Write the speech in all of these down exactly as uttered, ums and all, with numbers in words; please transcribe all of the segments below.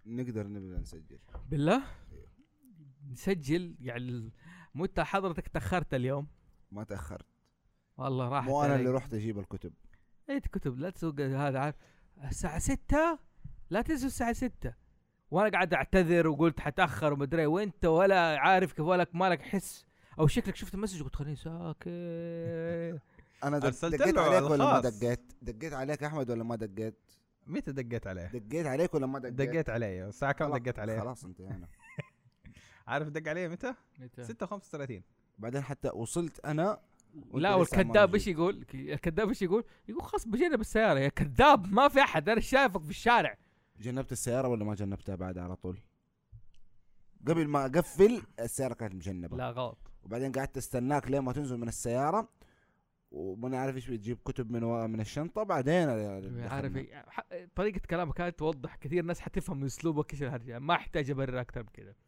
نقدر نبدا نسجل بالله نسجل يعني. مو انت حضرتك تاخرت اليوم؟ ما تاخرت والله راحت مو انا عليك. اللي رحت اجيب الكتب. ايه كتب لا تسوق هذا عارف الساعة ستة لا تنسوا الساعة ستة وانا قاعد اعتذر وقلت حتاخر ومدري وانت ولا عارف كيف ولك مالك حس او شكلك شفت المسج وقلت خليني ساكت. انا دق- أرسلت دقيت له عليك ولا ما الخاص. دقيت؟ دقيت عليك احمد ولا ما دقيت؟ متى دقيت عليه؟ دقيت عليك ولا ما دقيت؟ دقيت علي الساعة كم خلاص- دقيت عليه؟ خلاص انتهينا. عارف دق عليه متى؟ متى؟ ستة وخمسة وثلاثين. بعدين حتى وصلت انا وأنت لا لسه والكذاب موجود. ايش يقول؟ الكذاب ايش يقول؟ يقول خلاص بجنب السيارة يا كذاب ما في احد انا شايفك في الشارع. جنبت السيارة ولا ما جنبتها بعد على طول؟ قبل ما اقفل السيارة كانت مجنبة. لا غلط. وبعدين قعدت استناك لين ما تنزل من السيارة وما نعرف ايش بتجيب كتب من و... من الشنطة. بعدين عارف إيه؟ ح- طريقة كلامك كانت توضح كثير ناس حتفهم من اسلوبك ايش الهرجة ما احتاج ابرر اكثر من كذا.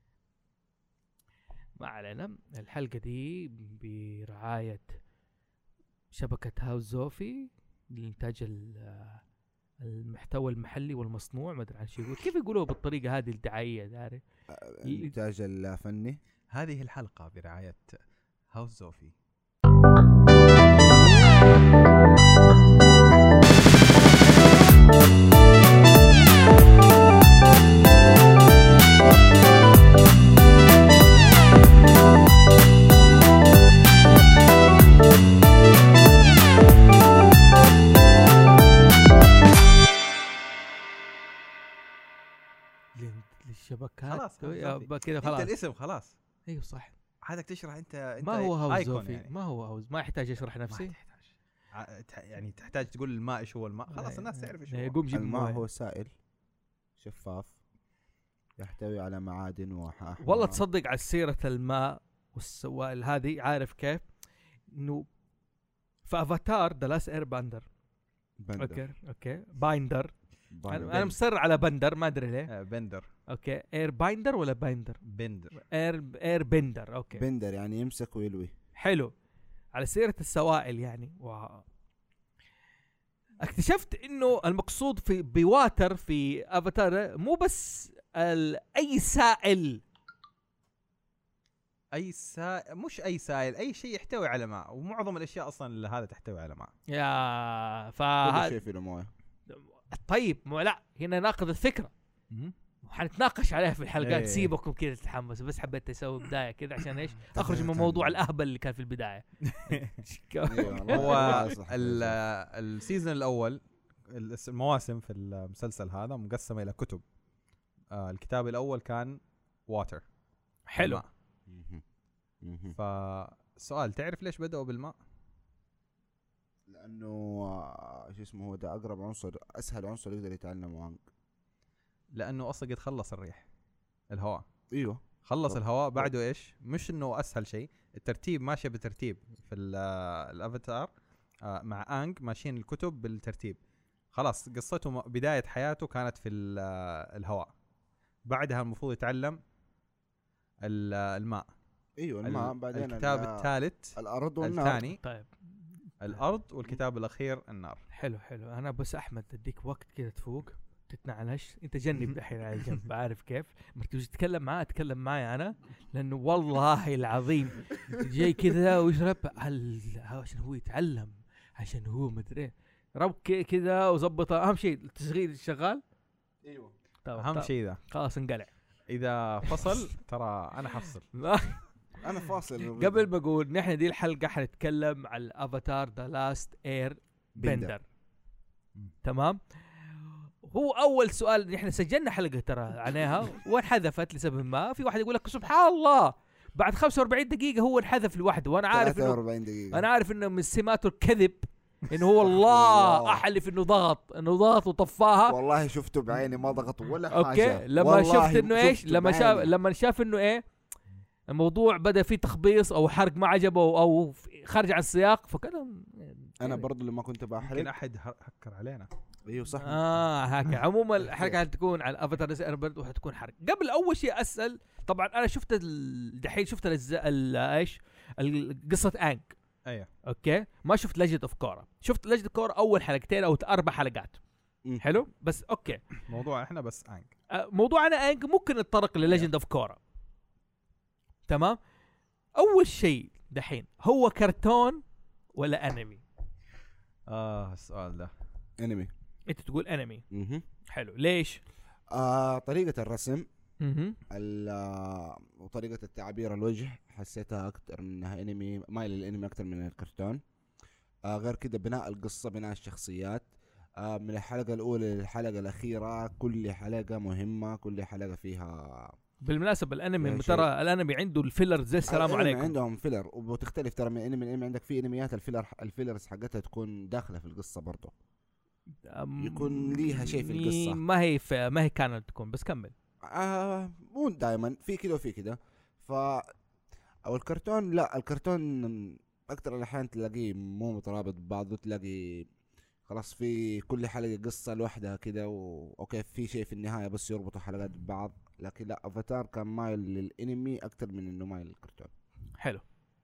ما علينا. الحلقة دي برعاية شبكة هاوس زوفي لإنتاج ال- المحتوى المحلي والمصنوع. ما ادري عن شو يقول كيف يقولوه بالطريقة هذه الدعائية داري. الانتاج الفني. هذه الحلقة برعاية هاوس زوفي. لل- للشبكات خلاص، هاوس يا زوفي. ب- كذا انت خلاص. الاسم خلاص. ايوه صح. عادك تشرح انت انت ما هو هاوس ايكون زوفي يعني. ما هو هاوس ما يحتاج اشرح ما نفسي. تحتاج ع- تح- يعني تحتاج تقول الماء ايش هو الماء. خلاص الناس تعرف ايش هو. يقوم جيب الماء مويه. هو سائل شفاف يحتوي على معادن وأحماض. والله تصدق على سيرة الماء والسوائل هذه عارف كيف انه في افاتار ذا لاست اير باندر. اوكي اوكي بايندر. انا أنا مصر على بندر ما ادري ليه. آه، بندر اوكي اير بايندر ولا بايندر؟ بندر اير اير بندر. اوكي بندر يعني يمسك ويلوي. حلو. على سيرة السوائل يعني و... اكتشفت انه المقصود في بواتر في افاتار مو بس ال... اي سائل. اي سائل مش اي سائل اي شيء يحتوي على ماء. ومعظم الاشياء اصلا اللي هذا تحتوي على ماء. يا كل فهذا شيء فيه له مويه. طيب مو لا هنا ناخذ الفكره وحنتناقش عليها في الحلقات. إيه. سيبكم كذا تتحمس بس حبيت اسوي بدايه كذا عشان ايش طيب، اخرج من موضوع الاهبل اللي كان في البدايه. هو ال- السيزون الاول الس- المواسم في المسلسل هذا مقسمه الى كتب. آه، الكتاب الاول كان واتر حلو. فسؤال تعرف ليش بدأوا بالماء؟ لانه آه، شو اسمه هو ده اقرب عنصر اسهل عنصر يقدر يتعلمه عنك. لانه اصلا قد خلص الريح الهواء. ايوه خلص طب. الهواء بعده ايش؟ مش انه اسهل شيء. الترتيب ماشي بترتيب في ال- الافاتار. آه، مع انج ماشيين الكتب بالترتيب. خلاص قصته م- بداية حياته كانت في ال- آه، الهواء. بعدها المفروض يتعلم ال- آه، الماء. ايوه الماء. ال- بعدين الكتاب ال- الثالث الارض والنار. الثاني طيب الارض. والكتاب الاخير النار. حلو حلو. انا بس احمد اديك وقت كذا تفوق تتنعنش. انت جنب دحين على جنب عارف كيف لما تيجي تتكلم معاه اتكلم معي انا لانه والله العظيم جاي كذا ويشرب ال- عشان هو يتعلم عشان هو مدري رب ك- كذا وظبط. اهم شيء التشغيل شغال. ايوه طب اهم طب شيء ذا. خلاص انقلع. اذا فصل ترى انا حفصل. انا فاصل. قبل ما اقول نحن دي الحلقه حنتكلم على الافاتار ذا لاست اير بندر. تمام. هو اول سؤال نحن سجلنا حلقه ترى عنها وانحذفت لسبب ما. في واحد يقول لك سبحان الله بعد خمسة وأربعين دقيقه هو انحذف لوحده. وانا عارف ثلاثة انه وأربعين دقيقة. انا عارف انه من سماته الكذب انه هو الله الله. احلف انه ضغط انه ضغط وطفاها. والله شفته بعيني ما ضغط ولا حاجة. اوكي لما والله شفت انه ايش شفته لما شاف بعيني. لما شاف انه ايه الموضوع بدا فيه تخبيص او حرق ما عجبه او خارج عن السياق فكذا. انا برضو لما كنت يمكن بحرق. احد ه- هكر علينا. ايوه صح. اه هكا. عموما الحلقه حتكون على افاتار ذا اير بندر وحتكون حرق. قبل اول شيء اسال طبعا انا شفت ال- دحين شفت الأجزاء- ال- ايش ال- قصه انك. ايوه اوكي ما شفت ليجند اوف كورا. شفت ليجند اوف كورا اول حلقتين او اربع حلقات. مم. حلو بس اوكي موضوع احنا بس انك. آه، موضوعنا انج ممكن نتطرق لليجند اوف كورا. تمام. اول شيء دحين هو كرتون ولا انمي؟ اه السؤال ده انمي. انت تقول انمي. اها حلو، ليش؟ آه طريقة الرسم اها ال- آه، وطريقة التعبير الوجه حسيتها اكتر منها انمي، مايل للانمي اكتر من الكرتون. آه غير كده بناء القصة، بناء الشخصيات، آه من الحلقة الاولى للحلقة الاخيرة كل حلقة مهمة، كل حلقة فيها. بالمناسبة الانمي يا ترى الانمي عنده الفيلر زي السلام الانمي عليكم. عندهم فيلر وبتختلف ترى من انمي لانمي. عندك في انميات الفيلر الفيلرز حقتها تكون داخلة في القصة برضه، أم- يكون ليها شيء في القصة. ما هي في ما هي كانت تكون، بس كمل. آه مو دائما، في كده وفي كده. ف او الكرتون لا، الكرتون اكتر الاحيان تلاقيه مو مترابط ببعضه، تلاقي خلاص في كل حلقة قصة لوحدها كده و... اوكي في شيء في النهاية بس يربطوا حلقات ببعض. لكن لا، افاتار كان مايل للانمي اكتر من انه مايل للكرتون. حلو.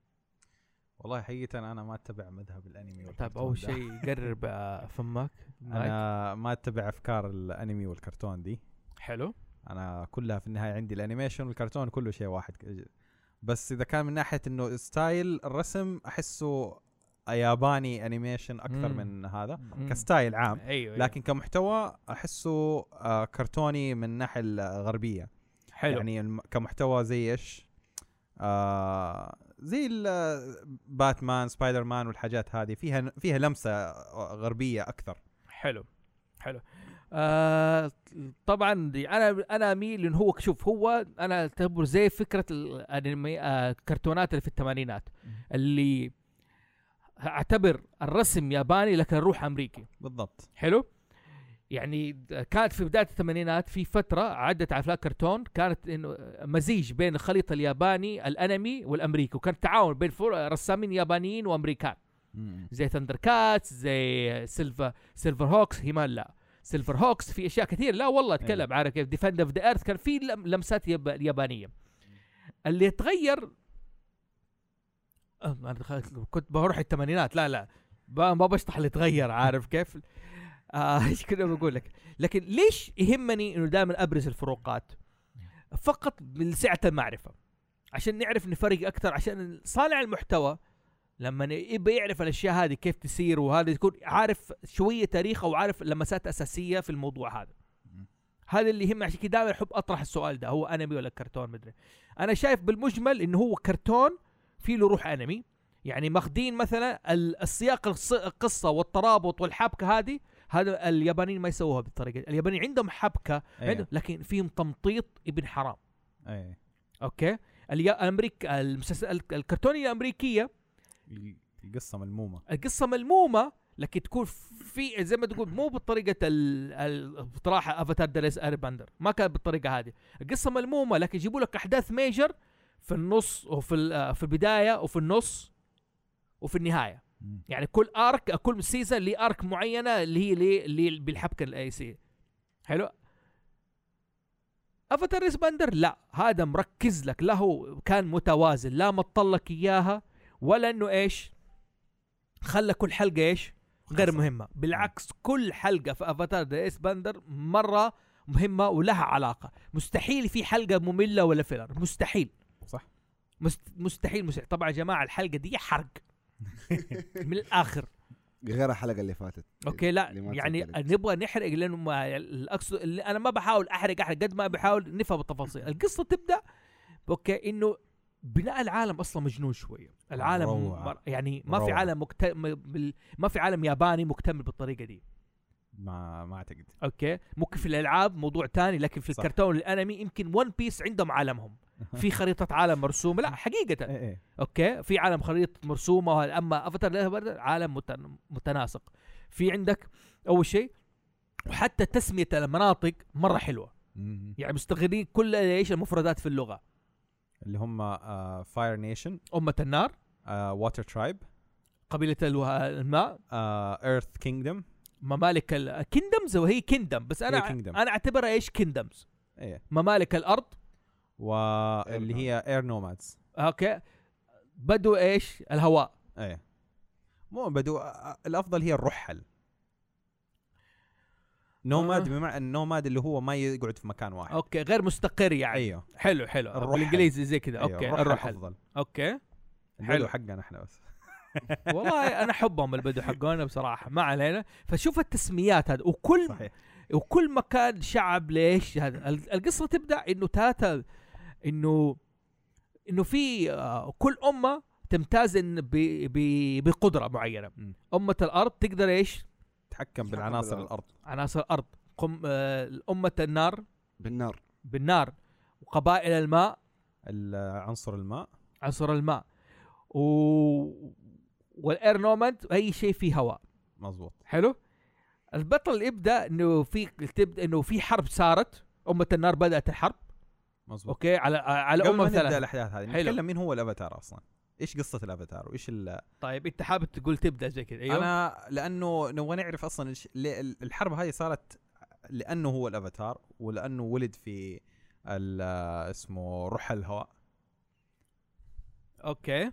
والله حقيقة انا ما اتبع مذهب الانمي طيب والكرتون اول ده. شيء قرب آه، فمك مايك. انا ما اتبع افكار الانمي والكرتون دي. حلو. انا كلها في النهايه عندي الانيميشن والكرتون كله شيء واحد. بس اذا كان من ناحيه انه ستايل الرسم احسه ياباني انيميشن اكثر مم. من هذا مم. كستايل عام. ايوه لكن كمحتوى احسه آه كرتوني من الناحيه الغربيه. حلو. يعني الم- كمحتوى زي ايش آه زي ال- باتمان سبايدر مان والحاجات هذه فيها فيها لمسه غربيه اكثر. حلو حلو. آه طبعا دي انا انا اميل انه هو شوف هو انا اعتبر زي فكره الانمي آه الكرتونات اللي في الثمانينات اللي اعتبر الرسم ياباني لكن الروح امريكي. بالضبط. حلو. يعني كانت في بدايه الثمانينات في فتره عدت على افلام كرتون كانت انه مزيج بين الخليط الياباني الانمي والامريكي، وكان تعاون بين رسامين يابانيين وامريكان مم. زي ثندر كاتس زي سيلفر سيلفر هوكس. هيمان لا، سيلفر هوكس في اشياء كثير. لا والله اتكلم عارف كيف ديفند اوف ذا ايرث كان في لم- لمسات ياب... يابانيه. اللي تغير أه، انا دخلت- كنت بروح الثمانينات. لا لا ب- ما بشطح اللي تغير عارف كيف. آه، ايش كده بقول لك. لكن ليش يهمني انه دائما ابرز الفروقات؟ فقط لسعه المعرفه، عشان نعرف نفرق اكثر، عشان صانع المحتوى لما يبي يعرف الاشياء هذه كيف تسير، وهذا يكون عارف شويه تاريخ او عارف لمسات اساسيه في الموضوع هذا. هذا اللي يهمني، عشان كذا دائما احب اطرح السؤال ده، هو انمي ولا كرتون؟ مدري. انا شايف بالمجمل انه هو كرتون في له روح انمي. يعني ماخذين مثلا ال- السياق الص- القصه والترابط والحبكه هذه، هذا اليابانيين ما يسووها بالطريقه دي. اليابانيين عندهم حبكه أيه. عندهم، لكن فيهم تمطيط ابن حرام. ايه اوكي. اليا- الامريكا المسلسل الكرتونيه الامريكيه القصه ملمومه. القصه ملمومه، لكن تكون في زي ما تقول مو بالطريقه الطراحه افاتار دريس ايرباندر، ما كانت بالطريقه هذه. القصه ملمومه لكن يجيبوا لك احداث ميجر في النص وفي ال- في البدايه وفي النص وفي النهايه. مم. يعني كل ارك كل سيزون لي ارك معينه اللي هي اللي, اللي بالحبكه الايسيه. حلو. افاتار ايرباندر لا، هذا مركز لك، له كان متوازن، لا مطلق اياها ولا انه ايش خلى كل حلقه ايش غير خاصة. مهمه. بالعكس كل حلقه في افاتار ذا ايس باندر مره مهمه ولها علاقه. مستحيل في حلقه ممله ولا فيلر، مستحيل. صح. مست... مستحيل مستحيل. طبعا يا جماعه الحلقه دي حرق من الاخر. غير الحلقة اللي فاتت. اوكي لا اللي ما يعني تسجلت. نبغى نحرق لانه ما الاقصد اللي انا ما بحاول احرق احرق قد ما بحاول نفهم التفاصيل. القصه تبدا اوكي انه بناء العالم اصلا مجنون شويه. العالم روعة. مر... يعني ما في روعة. عالم مكت... م- بال... ما في عالم ياباني مكتمل بالطريقه دي. ما ما اعتقد. اوكي ممكن في الالعاب موضوع تاني، لكن في صح. الكرتون الانمي يمكن ون بيس عندهم عالمهم في خريطه عالم مرسومه. لا حقيقه ايه ايه اوكي في عالم خريطه مرسومه وهذا. اما افاتار عالم متن... متناسق. في عندك اول شيء، وحتى تسميه المناطق مره حلوه. مم. يعني مستغلين كل ايش المفردات في اللغه. اللي هم فاير نيشن، امه النار، واتر ترايب، قبيله الوه- الماء، ايرث كينجدم. ممالك الكيندمز. وهي كيندم بس انا هي kingdom. انا اعتبرها ايش كيندمز. ايه. ممالك الارض. واللي هي اير نومادز. اوكي. بدو ايش الهواء. ايه. مو بدو آه، الافضل هي الرحل. نوماد آه. بمعنى النوماد اللي هو ما يقعد في مكان واحد. اوكي غير مستقر يعني. ايوه حلو حلو الرحل. بالانجليزي زي كذا. أيوة. اوكي الرحل الرحل افضل. اوكي حلو حلو. حقنا احنا بس. والله انا احبهم البدو حقونا بصراحه ما علينا. فشوف التسميات هذا وكل صحيح. وكل مكان شعب ليش هذا ال- القصه تبدا انه تاتا انه انه في آه، كل امه تمتاز إن ب- ب- بقدره معينه. م. امه الارض تقدر ايش تحكم بالعناصر الارض. عناصر الارض. قم آه، امه النار بالنار. بالنار. وقبائل الماء عنصر الماء. عنصر الماء و والاير نوماد اي شيء فيه هواء. مظبوط. حلو. البطل يبدا انه في تبدا انه في حرب صارت. امه النار بدات الحرب. مظبوط. اوكي على على قبل امه ما نبدا ثلاثه. الاحداث هذه حلو. نتكلم مين هو الافاتار اصلا، ايش قصه الافاتار وايش ال... طيب انت حابب تقول تبدا زي كذا؟ ايوه انا لانه نبغى نعرف اصلا إيش... ليه ال- الحرب هذه صارت لانه هو الافاتار ولانه ولد في ال... اسمه رحل الهواء. اوكي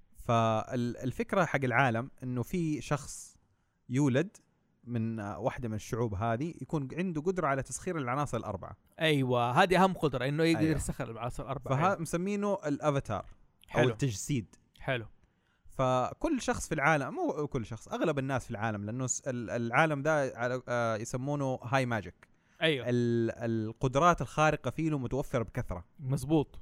فالفكره حق العالم انه في شخص يولد من واحده من الشعوب هذه يكون عنده قدره على تسخير العناصر الاربعه. ايوه هذه اهم قدره انه يقدر أيوة. يسخر العناصر الاربعه. فها أيوة. مسمينه الافاتار او حلو. التجسيد. حلو. فكل شخص في العالم، مو كل شخص، اغلب الناس في العالم، لانه س- ال- العالم ده على- آه، يسمونه هاي ماجيك. ايوه ال- القدرات الخارقه فيه متوفره بكثره. مزبوط.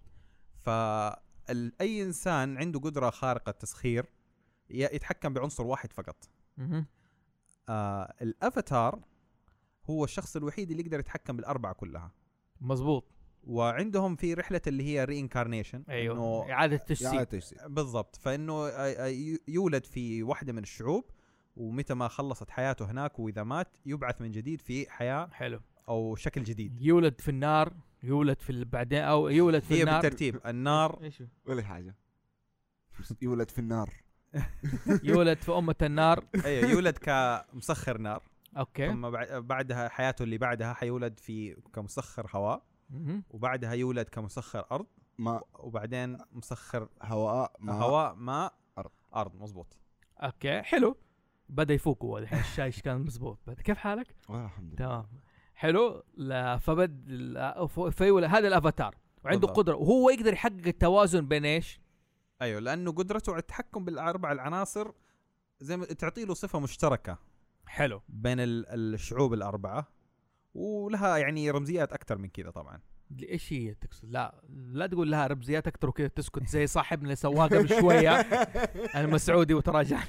فاي انسان عنده قدره خارقه تسخير ي- يتحكم بعنصر واحد فقط. مهم. آه الافاتار هو الشخص الوحيد اللي يقدر يتحكم بالاربعه كلها. مزبوط. وعندهم في رحله اللي هي رينكارنيشن. ايوه اعاده يا تجسيد. تجسيد. بالضبط. فانه آه، آه، ي- يولد في واحده من الشعوب، ومتى ما خلصت حياته هناك واذا مات يبعث من جديد في حياه حلو. او شكل جديد. يولد في النار، يولد في ال- بعدين او يولد في هي النار. بالترتيب النار. ايش هو؟ ولا حاجه. يولد في النار. يولد في امه النار. ايوه يولد كمسخر نار. اوكي. ثم بع- بعدها حياته اللي بعدها حيولد في كمسخر هواء، مهم. وبعدها يولد كمسخر ارض، ماء. وبعدين مسخر هواء. ماء. هواء ماء أرض. ارض. مزبوط. اوكي حلو. بدا يفوق هو الحين الشاي كان مزبوط. بعد كيف حالك؟ والله الحمد لله. تمام حلو. لا فبد لا، ف- فيولد هذا الافاتار وعنده بالضبط. قدره وهو يقدر يحقق التوازن بين ايش؟ ايوه لانه قدرته على التحكم بالاربع العناصر زي ما تعطي له صفه مشتركه حلو. بين ال- الشعوب الاربعه، ولها يعني رمزيات اكثر من كذا طبعا. ايش هي تقصد؟ لا لا تقول لها رمزيات اكثر وكذا تسكت زي صاحبنا اللي سواه قبل شويه المسعودي وتراجع.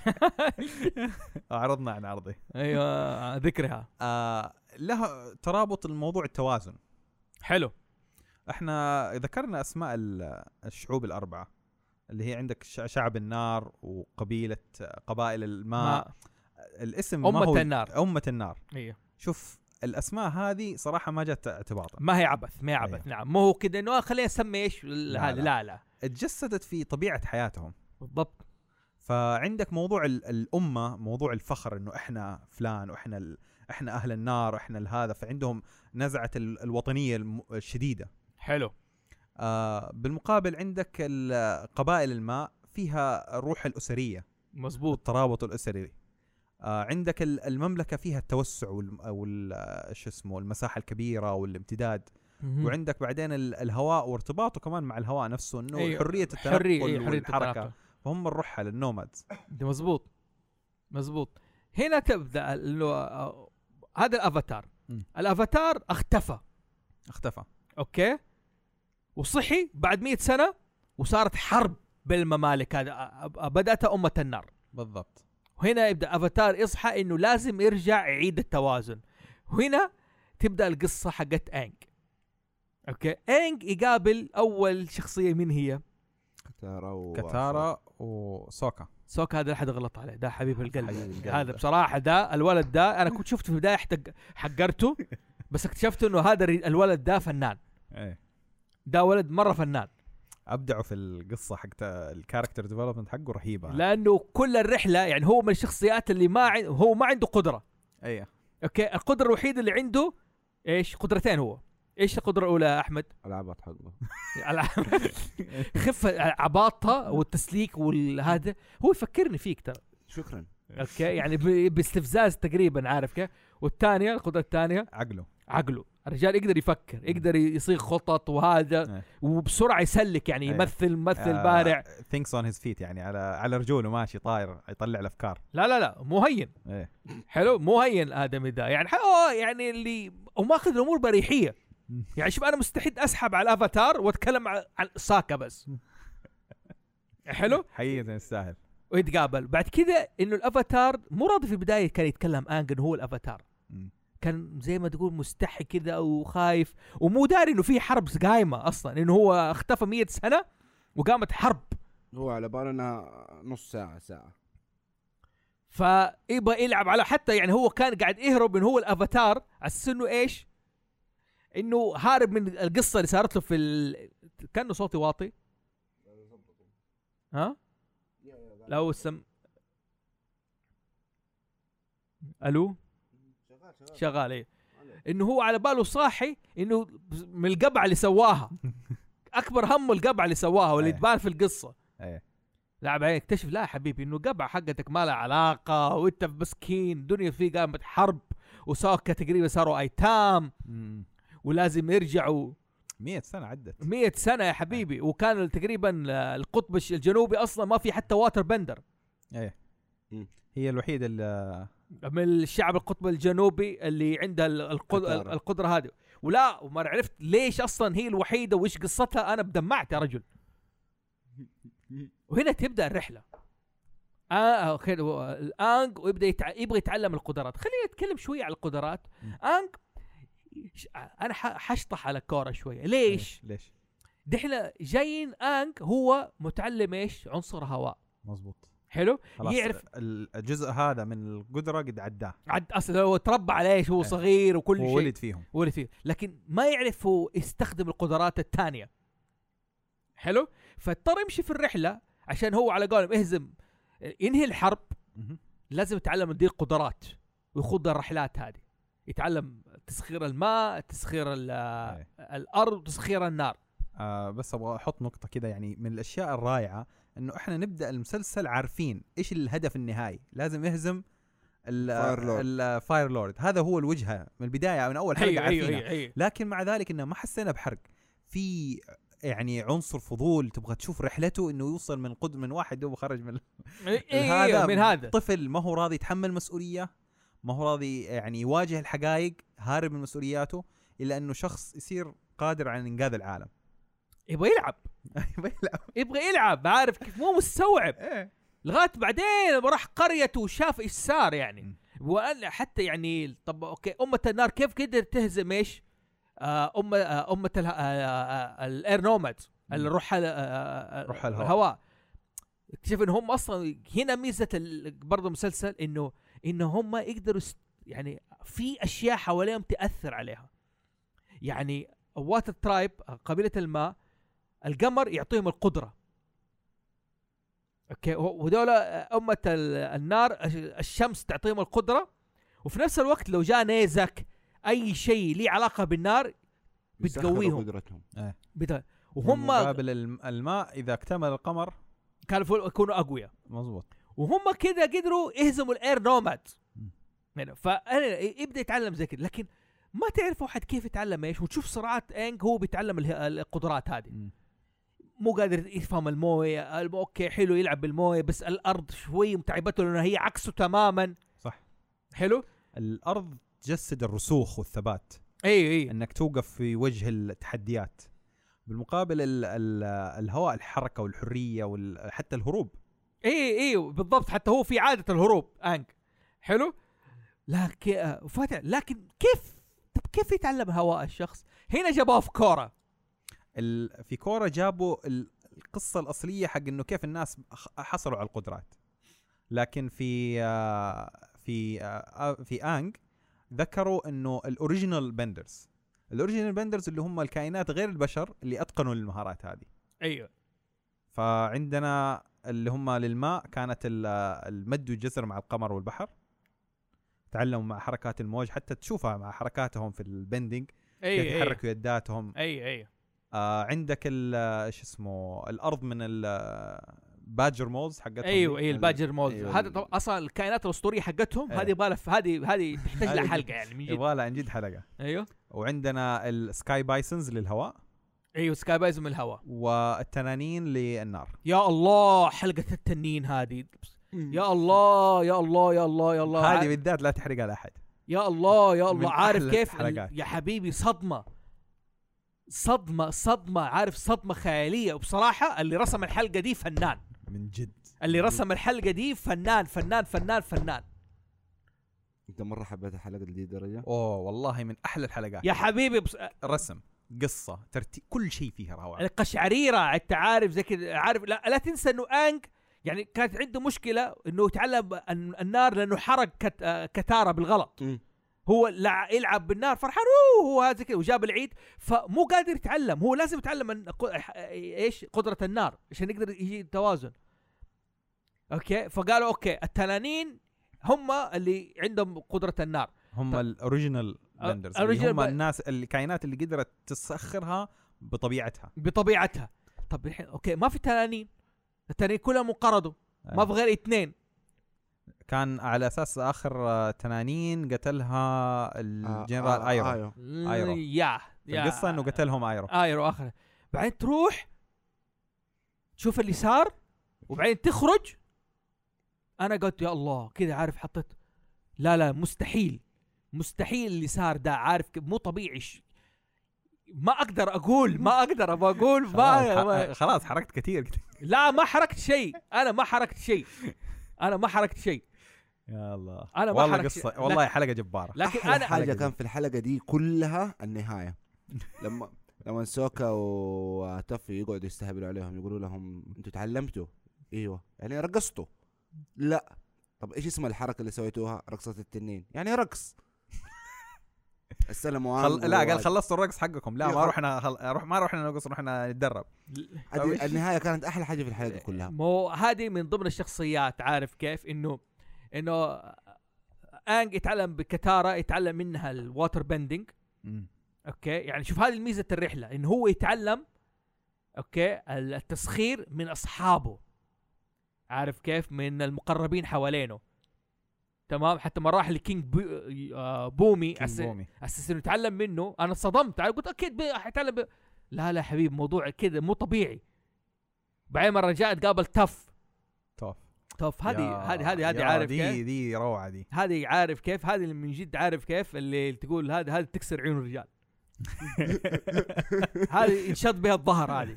عرضنا عن عرضه. ايوه ذكرها. آه لها ترابط الموضوع التوازن. حلو. احنا ذكرنا اسماء ال- الشعوب الاربعه اللي هي عندك ش- شعب النار وقبيله قبائل الماء. ما الاسم ما هو أمة النار. أمة النار. ايوه شوف الاسماء هذه صراحه ما جت اعتباطا. ما هي عبث ما هي عبث. أيوه. نعم مو هو كذا انه خلينا نسمي ايش لا، هذا. لا. لا لا اتجسدت في طبيعه حياتهم. بالضبط. فعندك موضوع ال- الامه، موضوع الفخر انه احنا فلان واحنا ال... احنا اهل النار واحنا هذا. فعندهم نزعه ال- الوطنيه الم- الشديده. حلو. آه بالمقابل عندك ال- قبائل الماء فيها الروح الاسريه مزبوط. والترابط الاسري. آه عندك ال- المملكه فيها التوسع وال... او ال- شو اسمه المساحه الكبيره والامتداد. مهم. وعندك بعدين ال- الهواء وارتباطه كمان مع الهواء نفسه انه أيوة. حريه التنقل حريه أيوة. حريه والحركه. التنقل. فهم الرحل النومادز. ده مزبوط مزبوط. هنا تبدا انه آه، هذا الافاتار. م. الافاتار اختفى. اختفى. اوكي. وصحي بعد مئة سنه وصارت حرب بين الممالك. هذا آه، آه، بدات امه النار. بالضبط. وهنا يبدا افاتار يصحى انه لازم يرجع يعيد التوازن. وهنا تبدا القصه حقت انج. اوكي انج يقابل اول شخصيه. من هي؟ كتارا و كتارا وسوكا. سوك. هذا احد غلط عليه. ده حبيب القلب. حبيب القلب. هذا بصراحه ده الولد ده انا كنت شفته في البدايه حتى حقرته بس اكتشفت انه هذا الري- الولد ده فنان. ايه ده ولد مره فنان ابدعوا في القصه حقت الكاركتر ديفلوبمنت حقه رهيبه. لانه كل الرحله يعني هو من الشخصيات اللي ما عن... هو ما عنده قدره. ايه اوكي القدره الوحيده اللي عنده ايش؟ قدرتين. هو ايش القدره الاولى يا احمد؟ العبط حقه. خفه عباطه والتسليك والهذا. هو يفكرني فيك ترى. شكرا. اوكي يعني ب- باستفزاز تقريبا، عارف كيف. والثانيه القدره الثانيه عقله. عقله، الرجال يقدر يفكر، يقدر يصيغ خطط وهذا، إيه. وبسرعه يسلك يعني إيه. يمثل ممثل آه، بارع. thinks on his feet، يعني على على رجوله ماشي طاير يطلع الافكار. لا لا لا مو هين. ايه حلو مو هين الادمي ده يعني حلو، يعني اللي وماخذ الامور بريحيه. يعني شوف انا مستحيل اسحب على الافاتار واتكلم ع- عن ساكا بس. حلو حقيقة يستاهل. ويتقابل بعد كذا انه الافاتار مو راضي في البدايه، كان يتكلم انج انه هو الافاتار، مم. كان زي ما تقول مستحي كذا وخايف ومو داري انه في حرب قايمه اصلا، انه هو اختفى مية سنه وقامت حرب، هو على بالنا نص ساعة ساعة. فيبغى يلعب على حتى يعني هو كان قاعد يهرب من هو الافاتار على اساس انه ايش، انه هارب من القصه اللي صارت له في ال... كانه صوتي واطي. ها لو سم الو شغال ايه، انه هو على باله صاحي انه من القبعه اللي سواها اكبر همه القبعه اللي سواها واللي أيه. تبان في القصه. ايه لا بعدين اكتشف لا يا حبيبي انه قبعه حقتك ما لها علاقه، وانت مسكين دنيا فيه قامت حرب وساكا تقريبا صاروا ايتام مم. ولازم يرجعوا. مية سنة عدت. مية سنه يا حبيبي، وكان تقريبا القطب الجنوبي اصلا ما في حتى واتر بندر. ايه مم. هي الوحيدة اللي من الشعب القطب الجنوبي اللي عندها ال- القد- كتارة. القدره هذه. ولا وما عرفت ليش اصلا هي الوحيده وايش قصتها، انا بدمعت يا رجل. وهنا تبدا الرحله. آه اوكي هو الانج ويبدا يتع... يبغى يتعلم القدرات. خلينا نتكلم شويه على القدرات. م. انج ش- انا ح- حشطح على كورة شويه. ليش؟ إيه، ليش؟ دحنا جايين انج هو متعلم ايش؟ عنصر هواء. مظبوط. حلو خلاص يعرف الجزء هذا من القدرة قد عداه. عد اصلا هو تربى على ايش، هو إيه. صغير وكل هو شيء ولد فيهم. ولد فيه، لكن ما يعرف هو يستخدم القدرات الثانيه. حلو، فاضطر يمشي في الرحله عشان هو على قولهم اهزم ينهي الحرب. مهم. لازم يتعلم دي القدرات ويخوض الرحلات هذه، يتعلم تسخير الماء، تسخير ال- إيه. الارض، تسخير النار. آه بس ابغى احط نقطة كذا، يعني من الاشياء الرائعة انه احنا نبدا المسلسل عارفين ايش الهدف النهائي، لازم يهزم Fire Lord. الفاير لورد. هذا هو الوجهة من البداية، من اول حلقة ايوه عارفينها. ايوه ايوه لكن مع ذلك انه ما حسينا بحرق، في يعني عنصر فضول، تبغى تشوف رحلته انه يوصل من قد من واحد دوب خرج من ايوه ايوه من هذا طفل ما هو راضي يتحمل مسؤولية، ما هو راضي يعني يواجه الحقائق، هارب من مسؤولياته، الا انه شخص يصير قادر على انقاذ العالم. يبغى يلعب يبغى يلعب عارف كيف، مو مستوعب ايه لغايه بعدين لما راح قريته وشاف ايش صار م. يعني. وقال حتى يعني طب اوكي امه النار كيف قدر تهزم ايش آه امه آه امه اله- آه آه الاير نوماد الروح ال- آه آه روح الهواء. الهواء. اكتشف ان هم اصلا هنا ميزه ال- برضه المسلسل انه انه هم يقدروا است- يعني في اشياء حواليهم تاثر عليها. يعني واتر ترايب قبيله الماء، القمر يعطيهم القدره اوكي، وهذول امه ال- النار الشمس تعطيهم القدره. وفي نفس الوقت لو جاء نيزك اي شيء ليه علاقه بالنار بيسخروا بتقويهم. قدرتهم. بدا وهم مقابل الم- الماء اذا اكتمل القمر. كانوا فوق- يكونوا اقوياء، مظبوط. وهم كده قدروا يهزموا الاير نوماد. م. يعني فانا يبدا يتعلم زي كده، لكن ما تعرف واحد كيف يتعلم ايش. وتشوف صراعات انج هو بيتعلم اله- القدرات هذه، م. مو قادر يفهم المويه. الم- اوكي حلو يلعب بالمويه، بس الارض شوي متعبته لانه هي عكسه تماما. صح. حلو الارض تجسد الرسوخ والثبات، اي اي انك توقف في وجه التحديات. بالمقابل ال ال الهواء الحركه والحريه وحتى الهروب. اي اي بالضبط، حتى هو في عاده الهروب انج. حلو، لكن آه، فاتح لكن كيف طب كيف يتعلم هواء الشخص؟ هنا جابوه في كوره. ال في كوره جابوا ال- القصه الاصليه حق انه كيف الناس خ- حصلوا على القدرات. لكن في آه في آه في انج ذكروا انه الاوريجينال بندرز الاوريجينال بندرز اللي هم الكائنات غير البشر اللي اتقنوا المهارات هذه. ايوه فعندنا اللي هم للماء كانت ال- المد والجزر مع القمر والبحر، تعلموا مع حركات الموج، حتى تشوفها مع حركاتهم في البندنج كيف اي يحركوا يداتهم. اي اي آه عندك ال- ايش اسمه الارض من ال الباجر مولز حقتهم ايوه دي. ايوه الباجر مولز أيوة. هذا طبعا اصلا الكائنات الاسطوريه حقتهم أيوة. هذه بالف هذه هذه تحتاج لها هذه حلقه يعني من جد. يبغى لها عن جد حلقه. ايوه وعندنا السكاي بايسونز للهواء، ايوه سكاي بايز من الهواء. والتنانين للنار. يا الله حلقه التنين هذه، يا الله يا الله يا الله يا الله. هذه بالذات لا تحرقها لاحد. يا الله يا من الله عارف أحلى كيف الحلقات. يا حبيبي صدمه صدمه صدمه عارف صدمه خياليه. وبصراحه اللي رسم الحلقه دي فنان، من جد اللي رسم الحلقه دي فنان فنان فنان فنان. انت مره حبيت الحلقه دي درجه. اوه والله من احلى الحلقات يا حبيبي بص... رسم قصه ترتيب كل شيء فيها روعه. القشعريره انت عارف زي كذا عارف. لا, لا تنسى انه انج يعني كانت عنده مشكله انه يتعلم الن- النار لانه حرق كت... آه، كتاره بالغلط. مم. هو لع... يلعب بالنار فرحان أوه، هو هذا كذا وجاب العيد فمو قادر يتعلم. هو لازم يتعلم أن... ق- ايش قدره النار عشان يقدر يجي التوازن. اوكي فقالوا اوكي التنانين هم اللي عندهم قدره النار. هم طب- الاوريجينال أ- بندرز original اللي هم ب- الناس الكائنات اللي قدرت تسخرها بطبيعتها. بطبيعتها. طب الحين اوكي ما في تنانين، التنانين كلهم انقرضوا ما في غير اثنين. كان على اساس اخر آه، تنانين قتلها الجنرال آه، ايرو. آيرو. آيرو. يا يا القصه انه قتلهم ايرو. ايرو اخر. بعدين تروح تشوف اللي صار وبعدين تخرج. انا قلت يا الله كذا عارف حطيت لا لا مستحيل مستحيل اللي صار ده عارف مو طبيعي. ش... ما اقدر اقول ما اقدر ابغى اقول ما, خلاص, ما ح- خلاص حركت كثير كثير. لا ما حركت شيء. انا ما حركت شيء انا ما حركت شيء يا الله أنا ما والله حركت قصه شيء. والله حلقه جباره. لكن احلى انا حاجه دي. كان في الحلقه دي كلها النهايه. لما لما سوكا وتفي يقعدوا يستهبلوا عليهم يقولوا لهم انتوا تعلمتوا ايوه يعني رقصتوا لا طب ايش اسم الحركه اللي سويتوها رقصه التنين يعني رقص استلموا خل... لا قال خلصتوا الرقص حقكم. لا يا ما خل- رحنا خل... روح ما رحنا نرقص رحنا نتدرب. هذه النهايه كانت احلى حاجه في الحلقه كلها. مو هذه من ضمن الشخصيات عارف كيف انه انه انج يتعلم بكتارة يتعلم منها الواتر بندنج. مم. اوكي يعني شوف هذه الميزه الرحله انه هو يتعلم اوكي التسخير من اصحابه عارف كيف من المقربين حوالينه. تمام حتى ما راح لكينج بو آه بومي كينج أس... بومي. اساس انه يتعلم منه. انا صدمت قلت اكيد بي- حيتعلم ب... لا لا حبيب موضوع كذا مو طبيعي. بعدين مره جاء تقابل تف توف. توف هذه يا- هذه هذه هذه يا عارف دي كيف دي روعه دي. هذه عارف كيف هذه اللي من جد عارف كيف اللي تقول هذه هذه تكسر عيون الرجال. هذه ينشد بها الظهر هذه.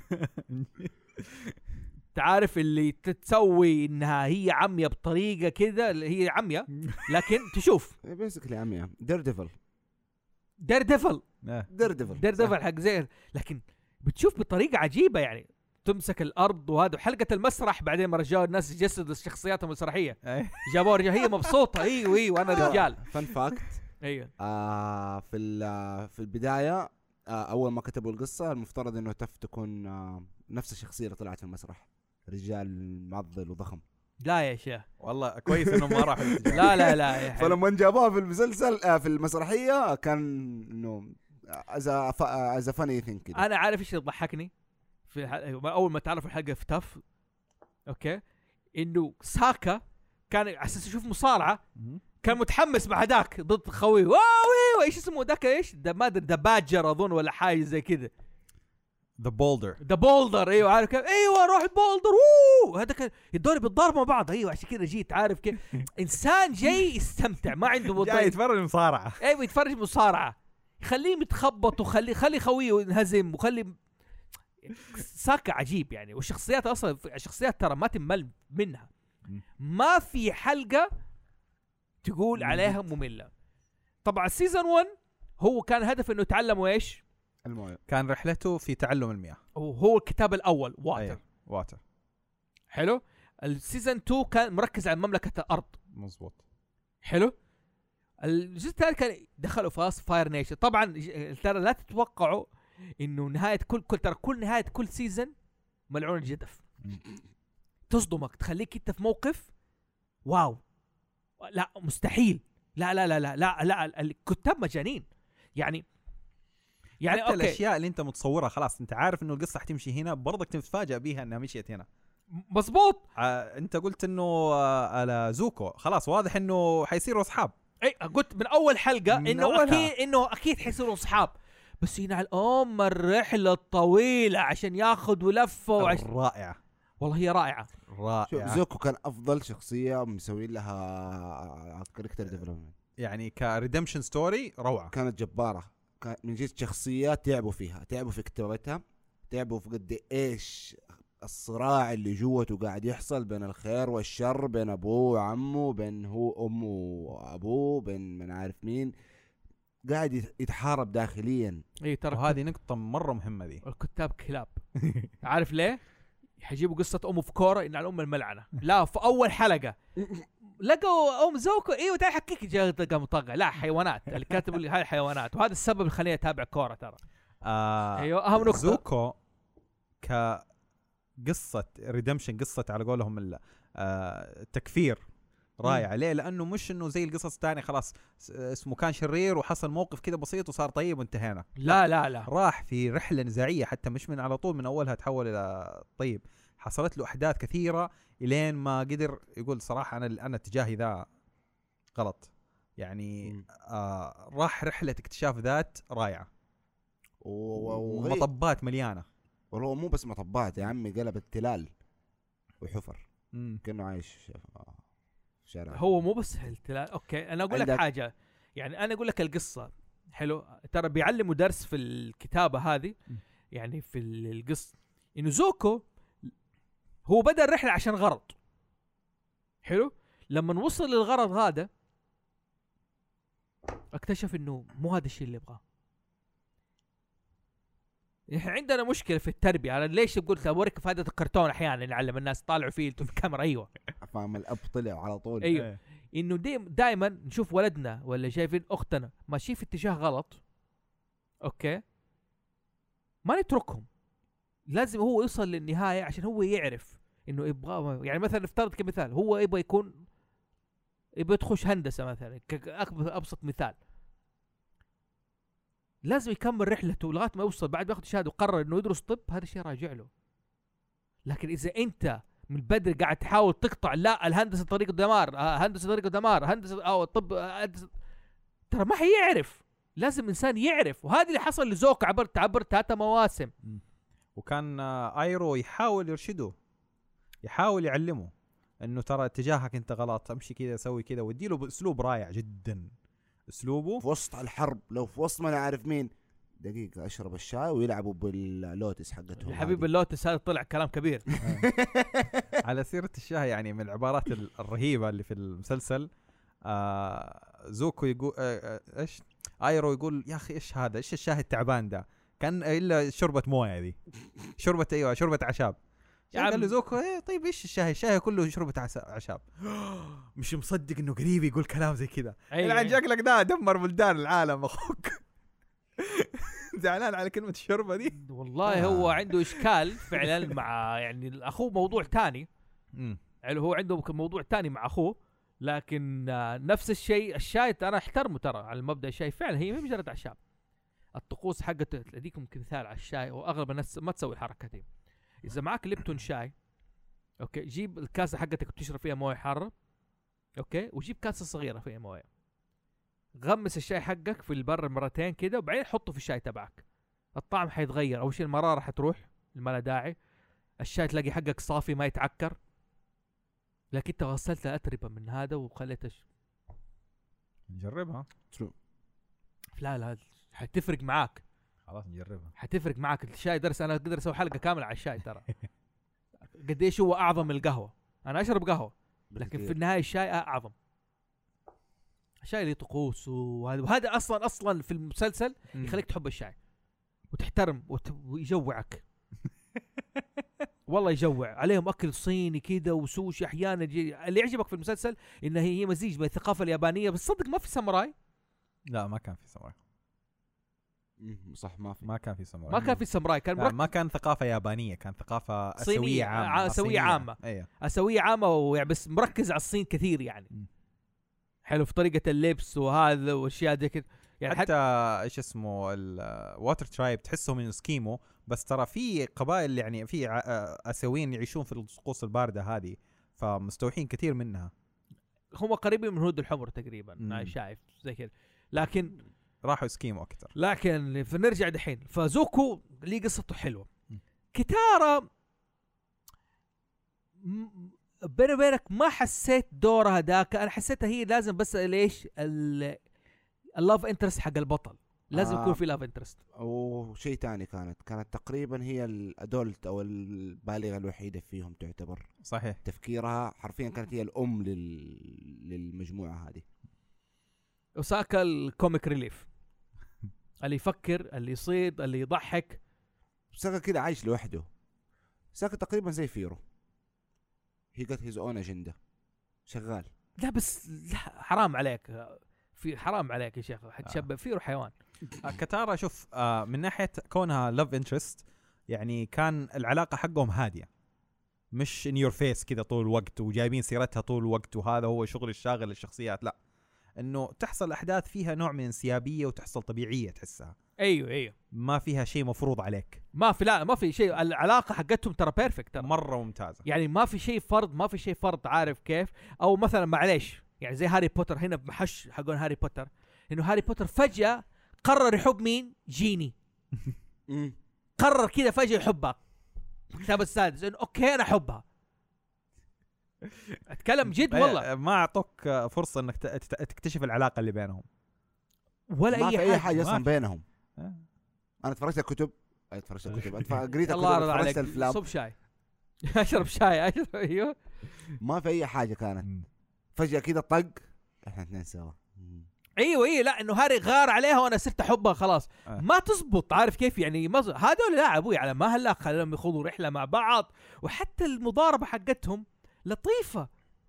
تعرف اللي تتسوي انها هي عمية بطريقه كذا هي عمية لكن تشوف بيسكلي عمية دير ديفل دير ديفل آه. دير ديفل دير ديفل حق زي لكن بتشوف بطريقه عجيبه يعني تمسك الارض. وهذا حلقه المسرح بعدين ما رجعوا الناس يجسدوا الشخصيات المسرحيه أي. جابوا رجال هي مبسوطه ايوه ايوه انا رجال فن فاكت ايوه آه في ال- في البدايه آه اول ما كتبوا القصه المفترض انه تف تكون آه نفس الشخصيه اللي طلعت في المسرح رجال معضل وضخم. لا يا شيخ والله كويس انهم ما راحوا الاتجاه. لا لا لا يا حبيبي. فلما جابوها في المسلسل آه في المسرحيه كان انه از از فاني ثينك كده. انا عارف ايش اللي ضحكني في الح- اول ما تعرف الحلقه في تف اوكي انه ساكا كان على اساس يشوف مصارعه مم. كان متحمس مع ذاك ضد خويه واو ايش اسمه ذاك ايش ده ما ادري ذا بادجر اظن ولا حاجه زي كذا ذا بولدر. ذا بولدر ايوه عارف كيف ايوه روح البولدر ووو هذا كان يدور بالضرب مع بعض ايوه عشان كذا جيت عارف كيف انسان جاي يستمتع ما عنده جاي يتفرج مصارعه. ايوه يتفرج مصارعه يخليه يتخبط وخلي خلي خويه ينهزم وخلي ساكا عجيب يعني. والشخصيات اصلا الشخصيات ترى ما تمل منها ما في حلقه تقول عليها ممله. طبعا سيزون واحد هو كان هدف انه يتعلم ايش المويه كان رحلته في تعلم المياه. وهو الكتاب الاول واتر أيوة. واتر. حلو. السيزون اتنين كان مركز على مملكه الارض مظبوط. حلو. الجزء الثاني كان دخلوا فاس فاير نيشن. طبعا ج- ترى لا تتوقعوا انه نهايه كل كل ترى كل نهايه كل سيزون ملعون الجدف تصدمك تخليك انت في موقف واو لا مستحيل لا لا لا لا لا, لا الكتاب مجانين يعني يعني حتى اوكي الاشياء اللي انت متصورها خلاص انت عارف انه القصه حتمشي هنا برضك تتفاجئ بيها انها مشيت هنا. مزبوط. آه انت قلت انه آه على زوكو خلاص واضح انه حيصيروا اصحاب. اي قلت من اول حلقه من انه أولها. اكيد انه اكيد حيصيروا اصحاب، بس ينعل ام الرحله الطويله عشان ياخذوا لفه وعش... رائعة والله هي رائعه. شوف رائعة زوكو كان افضل شخصيه مسوي لها كاركتر ديفلوبمنت، يعني كريدمشن ستوري روعة. كانت جباره، كان من جد شخصيات تعبوا فيها، تعبوا في كتابتها، تعبوا في قد ايش الصراع اللي جوته قاعد يحصل بين الخير والشر، بين ابوه وعمه، بين هو امه وابوه، بين من عارف مين، قاعد يت- يتحارب داخليا. اي ترى وهذه نقطة مرة مهمة دي. الكتاب كلاب. عارف ليه؟ حيجيبوا قصه امه في كوره ان على ام الملعنه. لا في اول حلقه لقوا ام زوكو ايوه تعال حكيك جاء قام طقع. لا حيوانات، الكاتب اللي هاي حيوانات، وهذا السبب اللي خليني اتابع كوره ترى. آه ايوه اهم نقطه. زوكو كقصة ريدمشن، قصة على قولهم ال- آه التكفير رائعة. ليه؟ لأنه مش إنه زي القصص الثانية خلاص س- اسمه كان شرير وحصل موقف كده بسيط وصار طيب وانتهينا. لا لا لا راح في رحلة نزاعية حتى، مش من على طول من أولها تحول إلى طيب. حصلت له أحداث كثيرة إلين ما قدر يقول صراحة أنا أنا اتجاهي ذا غلط. يعني آه راح رحلة اكتشاف ذات رائعة و- و- وغير- ومطبات مليانة. والله مو بس مطبات يا عمي، قلب التلال وحفر مم. كأنه عايش في في شارع. هو مو بس التلال. اوكي انا اقول لك عندك- حاجه، يعني انا اقول لك القصه حلو، ترى بيعلموا درس في الكتابه هذه، م. يعني في ال- القصه انه زوكو هو بدا الرحله عشان غرض حلو. لما وصل للغرض هذا اكتشف انه مو هذا الشيء اللي يبغاه. احنا عندنا مشكله في التربيه. انا ليش قلت اوريك فائده الكرتون احيانا نعلم الناس طالعوا فيه في الكاميرا. ايوه فاهم، الاب طلع على طول. ايوه انه دائما نشوف ولدنا ولا شايفين اختنا ماشيين في اتجاه غلط، اوكي ما نتركهم، لازم هو يوصل للنهايه عشان هو يعرف انه يبغى. يعني مثلا نفترض كمثال هو يبغى يكون يبغى يخش هندسه مثلا كأكبر ابسط مثال، لازم يكمل رحلته لغايه ما يوصل بعد ما ياخذ شهاده وقرر انه يدرس طب. هذا الشيء راجع له. لكن اذا انت من بدري قاعد تحاول تقطع لا الهندسه طريق دمار، آه، هندسه طريق دمار، هندسه او الطب، آه، هندسة، ترى ما حيعرف. لازم انسان يعرف، وهذا اللي حصل لزوك عبر عبر ثلاثة مواسم. وكان آه، ايرو يحاول يرشده، يحاول يعلمه انه ترى اتجاهك انت غلط، امشي كذا سوي كذا، واديله باسلوب رائع جدا. اسلوبه في وسط الحرب، لو في وسط ما انا عارف مين، دقيقة اشرب الشاي ويلعبوا باللوتس حقتهم. يا حبيب اللوتس هذا طلع كلام كبير. على سيرة الشاي، يعني من العبارات ال- الرهيبة اللي في المسلسل آه زوكو يقول آه آه ايش ايرو يقول يا اخي ايش هذا، ايش الشاي التعبان ده، كان الا شربة مويه ذي، شربة ايوه شربة اعشاب. يا قال عم- له زوكو ايه طيب ايش الشاي، الشاي كله شربة عس- اعشاب. مش مصدق انه قريب يقول كلام زي كذا. أيوة. يعني شكلك ده دمر بلدان العالم اخوك. زعلان على كلمة الشربة دي. والله هو عنده اشكال فعلا مع يعني اخوه، موضوع تاني. امم يعني هو عنده موضوع تاني مع اخوه، لكن آه، نفس الشيء الشاي انا احترمه ترى على المبدا. الشاي فعلا هي مو مجرد اعشاب. الطقوس حقته اديكم مثال على الشاي، واغلب الناس ما تسوي الحركه دي. اذا معك ليبتون شاي، اوكي جيب الكاسه حقتك بتشرب فيها مويه حاره، اوكي وجيب كاسه صغيره فيها مويه، غمس الشاي حقك في البر مرتين كده، وبعدين حطه في الشاي تبعك. الطعم حيتغير. اول شيء المراره حتروح، ما لها داعي. الشاي تلاقي حقك صافي ما يتعكر، لكن انت غسلت الاتربه من هذا وخليته ش... نجربها. لا لا حتفرق معاك، خلاص نجربها. حتفرق معاك. الشاي درس، انا اقدر اسوي حلقه كامله على الشاي ترى. قديش هو اعظم من القهوه. انا اشرب قهوه لكن في النهايه الشاي اعظم. الشاي له طقوس وهذا، وهذا اصلا اصلا في المسلسل يخليك تحب الشاي وتحترم وت... ويجوعك. والله يجوع عليهم اكل صيني كده وسوشي احيانا. جي... اللي يعجبك في المسلسل ان هي مزيج بين الثقافه اليابانيه، بس صدق ما في ساموراي. لا ما كان في ساموراي. مم، صح ما في ما كان في ساموراي. ما كان في ساموراي، كان لا مركز ما كان ثقافة يابانية، كان ثقافة صينية، آسيوية عامة. آسيوية صينية. عامة. ايوه اسيويه عامه، ويعني بس مركز على الصين كثير يعني. م. حلو في طريقه اللبس وهذا والاشياء دي كده. يعني حتى ايش اسمه الواتر ترايب تحسهم من سكيمو، بس ترى في قبائل يعني في ع- اسيويين يعيشون في الطقوس البارده هذه، فمستوحين كثير منها. هم قريبين من هود الحمر تقريبا، مم. انا شايف زي كذا. لكن راحوا سكيمو اكثر. لكن فنرجع دحين، فزوكو لي قصته حلوه. م. كيتارا م- بيني وبينك ما حسيت دورها ذاك، انا حسيتها هي لازم بس ليش اللاف انترست حق البطل، لازم آه. يكون في لاف انترست. وشيء تاني كانت كانت تقريبا هي الادولت او البالغه الوحيده فيهم تعتبر. صحيح. تفكيرها حرفيا كانت هي الام لل... للمجموعه هذه. وساكا الكوميك ريليف اللي يفكر، اللي يصيد، اللي يضحك. ساكا كده عايش لوحده. ساكا تقريبا زي فيرو. هي got his own agenda. شغال. لا بس لا حرام عليك، في حرام عليك يا شيخ، حتشبه فيه حيوان. آه، كتارا شوف آه من ناحيه كونها لاف انترست، يعني كان العلاقه حقهم هاديه، مش ان يور فيس كذا طول الوقت وجايبين سيرتها طول الوقت وهذا هو شغل الشاغل للشخصيات. لا، انه تحصل احداث فيها نوع من الانسيابيه وتحصل طبيعيه تحسها. ايوه ايوه، ما فيها شيء مفروض عليك. ما في لا ما في شيء، العلاقه حقتهم ترى بيرفكت ترى، مره ممتازه. يعني ما في شيء فرض، ما في شيء فرض، عارف كيف؟ او مثلا معليش يعني زي هاري بوتر هنا بمحش حقون هاري بوتر، انه هاري بوتر فجاه قرر يحب مين؟ جيني. قرر كذا فجاه يحبها الكتاب السادس، انه اوكي انا احبها. اتكلم جد والله، ما اعطوك فرصه انك ت- ت- تكتشف العلاقه اللي بينهم ولا ما اي في حاجه, اي حاجه اصلا ما- بينهم. آه. انا اتفرجت على كتب اتفرجت على كتب أتف- قريت الله الكتب يرضى اتفرجت عليك، على الافلام. صب شاي. اشرب شاي اشرب. ايوه ما في اي حاجه كانت. فجاه كده طق احنا اثنين سوا. ايوه ايوه، لا انه هاري غار عليها وانا صرت احبها خلاص. آه. ما تزبط، عارف كيف يعني؟ ما ز- هذول لا ابوي على ما هلا خليهم يخوضوا رحله مع بعض، وحتى المضاربه حقتهم لطيفه،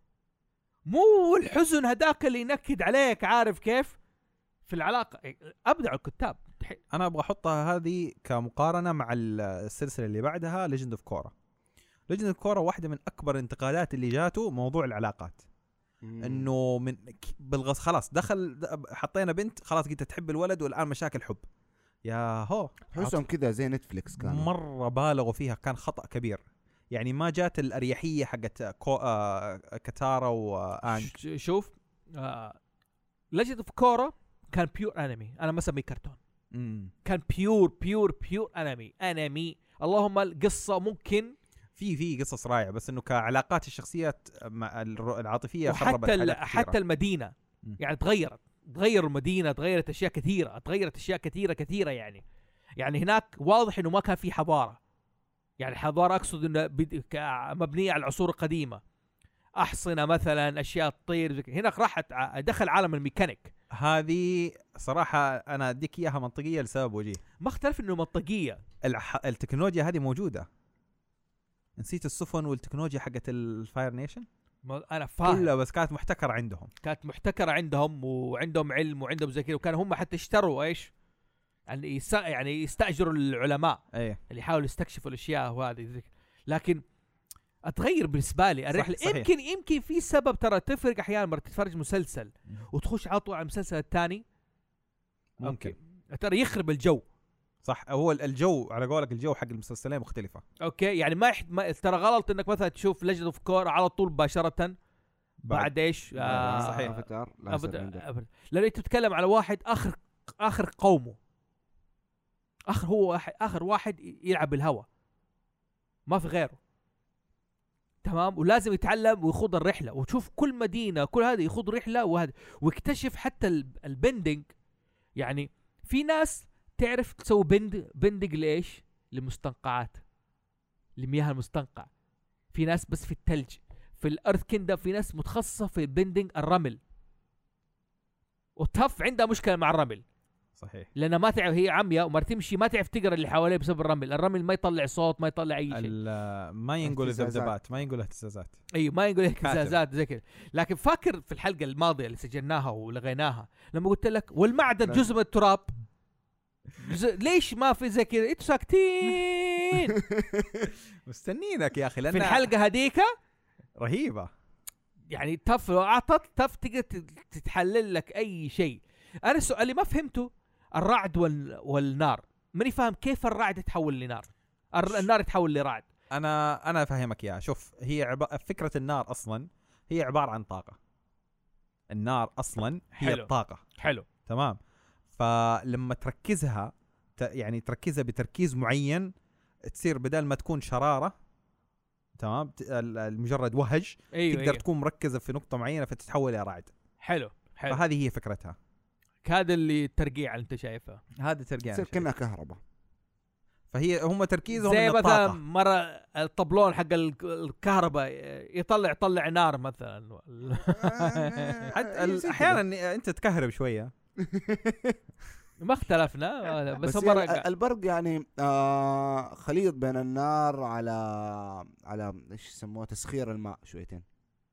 مو الحزن هذاك اللي ينكد عليك، عارف كيف؟ في العلاقه ابدعوا الكتاب. انا ابغى احطها هذه كمقارنه مع السلسله اللي بعدها ليجند اوف كورا. ليجند اوف كورا واحده من اكبر الانتقادات اللي جاته موضوع العلاقات، انه من بالغص خلاص دخل حطينا بنت خلاص قلت تحب الولد والان مشاكل حب. يا هو تحسهم كذا زي نتفليكس كانوا مره بالغوا فيها، كان خطا كبير. يعني ما جات الاريحيه حقت كو... آه... كتارا وانج. ش- شوف آه ليجند اوف كورا كان بيور انمي، انا ما اسميه كرتون، امم كان بيور بيور بيور انمي انمي. اللهم القصه ممكن في في قصص رائعه، بس انه كعلاقات الشخصيات مع الر- العاطفيه خربت وحتى ال- حاجات حتى كثيرة. المدينه م. يعني تغيرت، تغير المدينه، تغيرت اشياء كثيره، تغيرت اشياء كثيره كثيره يعني. يعني هناك واضح انه ما كان في حضاره، يعني حضاره اقصد انه بد- ك- مبنيه على العصور القديمه، احصنه مثلا، اشياء تطير زي كده. هناك راحت ع- دخل عالم الميكانيك. هذه صراحه انا اديك اياها منطقيه لسبب وجيه. ما اختلف انه منطقيه، الح... التكنولوجيا هذه موجوده. نسيت السفن والتكنولوجيا حقت الفاير نيشن ما انا فاهم كلها، بس كانت محتكره عندهم. كانت محتكره عندهم، وعندهم علم وعندهم زي كذا، وكانوا هم حتى اشتروا ايش يعني يس... يعني يستاجروا العلماء ايه اللي يحاولوا يستكشفوا الاشياء وهذه زي كده. لكن اتغير بالنسبه لي الرحله صحيح. يمكن يمكن في سبب، ترى تفرق احيانا مرة تتفرج مسلسل وتخش على طول على المسلسل الثاني ممكن. ترى يخرب الجو. صح، هو الجو على قولك الجو حق المسلسلين مختلفه. اوكي يعني ما, يح... ما ترى غلط انك مثلا تشوف ليجند اوف كور على طول مباشره بعد ايش آه صحيح. افاتار لا أبد... أبد... أبد... لان انت بتتكلم على واحد اخر اخر قومه، اخر هو واحد اخر واحد يلعب بالهواء، ما في غيره. تمام، ولازم يتعلم ويخوض الرحله، وتشوف كل مدينه كل هذا يخوض رحله وهذا، ويكتشف حتى البندنج. يعني في ناس تعرف تسوي بند بندنج ليش؟ لمستنقعات، لمياه المستنقع. في ناس بس في الثلج، في الارث كيندم في ناس متخصصه في بندنج الرمل، وتف عندها مشكله مع الرمل صحيح، لانها ما تعرف، هي عمياء وما تمشي، ما تعرف تقرا اللي حواليه بسبب الرمل. الرمل ما يطلع صوت، ما يطلع اي شيء. ال- ما ينقل اهتزازات. الذبذبات، ما ينقل اهتزازات. اي ما يقول لك كاتب. اهتزازات زي كذا. لكن فاكر في الحلقه الماضيه اللي سجلناها ولغيناها لما قلت لك والمعدن لا. جزء من التراب، جزء ليش ما في زي كذا؟ انتوا ساكتين. مستنينك يا اخي لان في الحلقه هذيك رهيبه. يعني تف لو اعطت تف تقدر تتحلل لك اي شيء. انا السؤال اللي ما فهمته الرعد وال... والنار، ماني فاهم كيف الرعد يتحول لنار، الر- النار يتحول لرعد. انا انا افهمك اياها. شوف، هي عب... فكره النار اصلا هي عباره عن طاقه. النار اصلا هي حلو. الطاقه، حلو. تمام. فلما تركزها ت... يعني تركزها بتركيز معين، تصير بدل ما تكون شراره، تمام، ت- ال- ال- مجرد وهج، ايوه تقدر أيوه. تكون مركزه في نقطه معينه فتتحول الى رعد. حلو حلو. فهذه هي فكرتها. هذا اللي الترقيع اللي انت شايفه، هذا ترجع تصير كأنها كهرباء. فهي هم تركيزهم زي من مثلا الطاقه. مره الطبلون حق ال- الكهرباء يطلع يطلع نار مثلا. حتى ال- احيانا انت تكهرب شويه. ما اختلفنا، بس, بس هم يعني رق- البرق يعني آه خليط بين النار على على ايش يسموه تسخير الماء شويتين.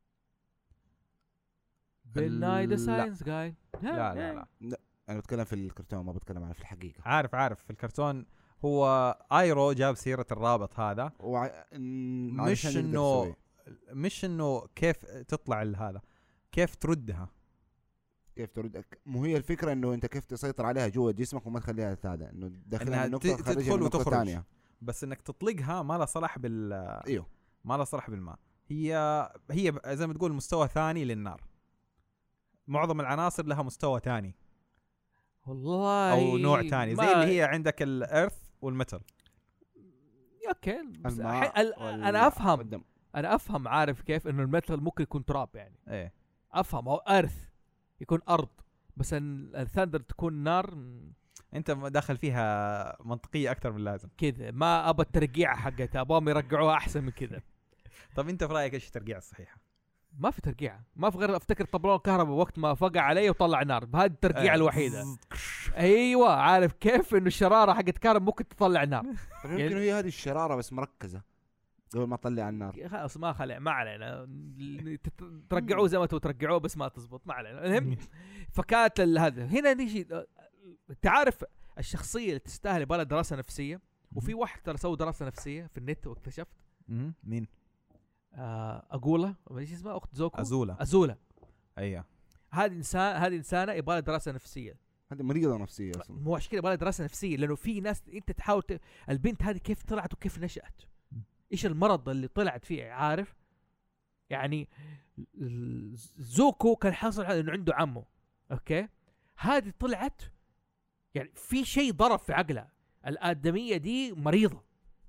بالناي ذا لا. ساينس جاي. لا لا لا انا بتكلم في الكرتون ما بتكلم عن في الحقيقه. عارف عارف في الكرتون هو ايرو جاب سيره الرابط هذا، وع... مش انه مش انه كيف تطلع هذا، كيف تردها. كيف ترد، مو هي الفكره انه انت كيف تسيطر عليها جوا جسمك وما تخليها هذا، انه داخلها إنها من نقطه ت- تخرجها تدخل من نقطه وتخرج. ثانيه. بس انك تطلقها ما لها صلاح بال ايوه ما لها صلاح بالماء. هي هي ب- زي ما تقول مستوى ثاني للنار. معظم العناصر لها مستوى ثاني والله او نوع ثاني، زي ما- اللي هي عندك الارث والمتل. اوكي بس الماء الحين- ال- وال- انا افهم والدم. انا افهم عارف كيف انه المثل ممكن يكون تراب يعني، ايه افهم او ارث يكون ارض، بس ان الثندر تكون نار م، انت داخل فيها منطقيه اكثر من اللازم. كذا ما ابى الترقيع حقتها، ابغاهم يرجعوها احسن من كذا. طب انت في رايك ايش الترقيع الصحيحه؟ ما في ترقيع، ما في غير افتكر طبلون الكهرباء وقت ما فقع علي وطلع نار، بهذه الترقيعه الوحيده. ايوه عارف كيف انه الشراره حقت كهرباء ممكن تطلع نار. طب يمكن هي هذه الشراره بس مركزه قبل ما تطلع النار. خلاص ما خلع ما علينا، تت- ترجعوه زي ما تبغوا ترجعوه بس ما تزبط، ما علينا. المهم فكانت ال- هذا هنا نيجي، تعرف الشخصيه اللي تستاهل يبغى لها دراسه نفسيه، وفي واحد ترى سوى دراسه نفسيه في النت واكتشفت مم. مين؟ آه اقوله ايش اسمها اخت زوكو ازولا. ازولا. ايوه هذه انسان هذه انسانه يبغى لها دراسه نفسيه، هذه مريضه نفسيه اصلا. مو عشان كذا يبغى لها دراسه نفسيه، لانه في ناس انت تحاول ت... البنت هذه كيف طلعت وكيف نشأت، ايش المرض اللي طلعت فيه، عارف يعني. ال- زوكو كان حاصل على انه عنده عمه، اوكي، هذه طلعت يعني في شيء ضرب في عقلها، الآدمية دي مريضة،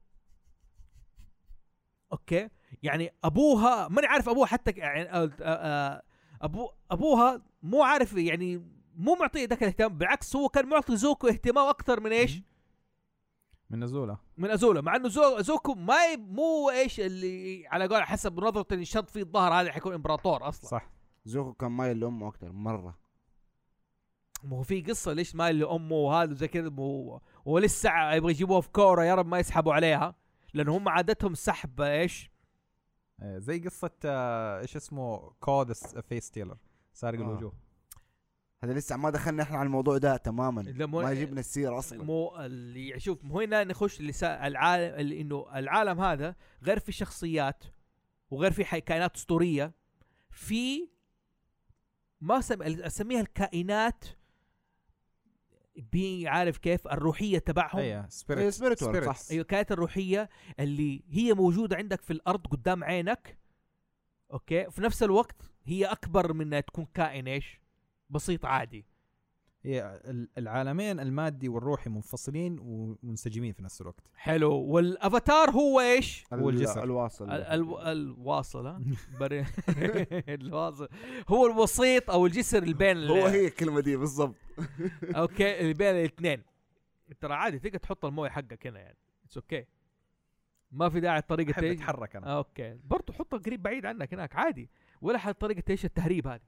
اوكي، يعني ابوها ماني عارف ابوها حتى يعني آه، آه، ابو ابوها مو عارف يعني مو معطيه ذاك الاهتمام، بالعكس هو كان معطي زوكو اهتمام اكثر من ايش؟ من ازولا. من ازولا، مع انه زو زوكو ما ي- مو ايش اللي على قول حسب نظرة اللي شط فيه الظهر هذا حيكون امبراطور اصلا. صح. زوكو كان مايل لامه اكثر مره. مو هو في قصه ليش مايل لامه وهذا زي كذا، مو- ولسه يبغى يجيبوها في كوره يا رب ما يسحبوا عليها، لانه هم عادتهم سحب ايش إيه، زي قصه آه، ايش اسمه كود فيس ستيلر، سارق آه. الوجوه. هذا لسه ما دخلنا احنا على الموضوع ده تماما، لا، مو- ما جبنا السيره اصلا. مو اللي شوف مو هنا نخش لسا العالم اللي انه العالم هذا غير في شخصيات وغير في حي- كائنات اسطوريه، في ما سم... اسميها الكائنات بي عارف كيف الروحيه تبعهم. ايوه هي سبيريت spiritual، صح. ايوه الكائنات الروحيه اللي هي موجوده عندك في الارض قدام عينك، اوكي، في نفس الوقت هي اكبر من انها تكون كائن ايش بسيط عادي. هي ال- العالمين المادي والروحي منفصلين ومنسجمين في نفس الوقت. حلو. والافاتار هو ايش هو الجسر. الواصل. ال- ال- الواصل ها؟ بري- الواصل هو الوسيط او الجسر اللي بين ال- هو هي الكلمه دي بالضبط. اوكي اللي بين الاثنين. ترى عادي تقدر تحط المويه حقك هنا يعني اتس اوكي، ما في داعي طريقه احب ايش اتحرك انا. اوكي برضه حطه قريب بعيد عنك هناك عادي، ولا حد طريقه ايش التهريب هذه.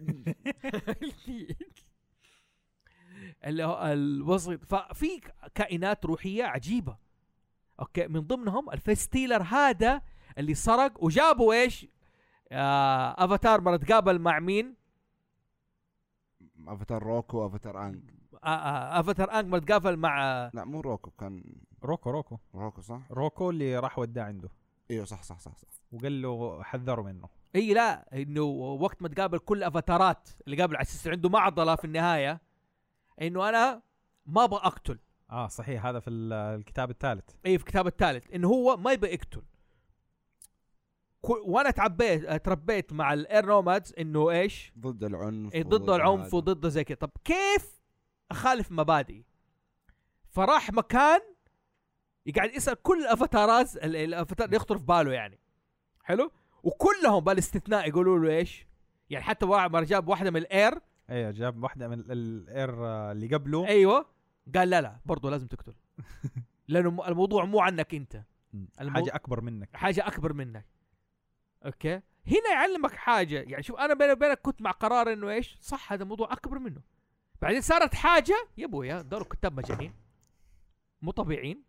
اللي هو الوسيط. ففي كائنات روحيه عجيبه، اوكي، من ضمنهم الفيستيلر هذا اللي سرق وجابوا ايش آه افاتار مره تقابل مع مين؟ افاتار روكو، افاتار انج. آه آه افاتار انج مره تقابل مع آه لا مو روكو، كان روكو روكو روكو صح. روكو اللي راح وداه عنده ايوه صح صح صح, صح. وقال له حذره منه. اي لا انه وقت ما تقابل كل افاتارات اللي قابل على اساس عنده معضله في النهايه، انه انا ما ابغى اقتل. اه صحيح، هذا في ال- الكتاب الثالث. اي في الكتاب الثالث انه هو ما يبغى يقتل. كو- وانا تربيت تربيت مع الاير نومادز انه ايش ضد العنف إيه ضد العنف هذا. وضد زي كذا. طب كيف اخالف مبادئي؟ فراح مكان يقعد يسال كل الافاتارات ال- الافاتار اللي يخطر في باله يعني. حلو. وكلهم بالاستثناء يقولوا له ايش يعني. حتى واحد ما جاب واحده من الاير. ايوه جاب واحده من ال- الاير آه، اللي قبله. ايوه قال لا لا برضه لازم تقتل. لانه م- الموضوع مو عنك انت، مم. المو- حاجه اكبر منك. حاجه اكبر منك. اوكي هنا يعلمك حاجه يعني. شوف انا بيني وبينك كنت مع قرار انه ايش صح هذا موضوع اكبر منه. بعدين صارت حاجه يا ابويا داروا كتاب مجانين مو طبيعيين.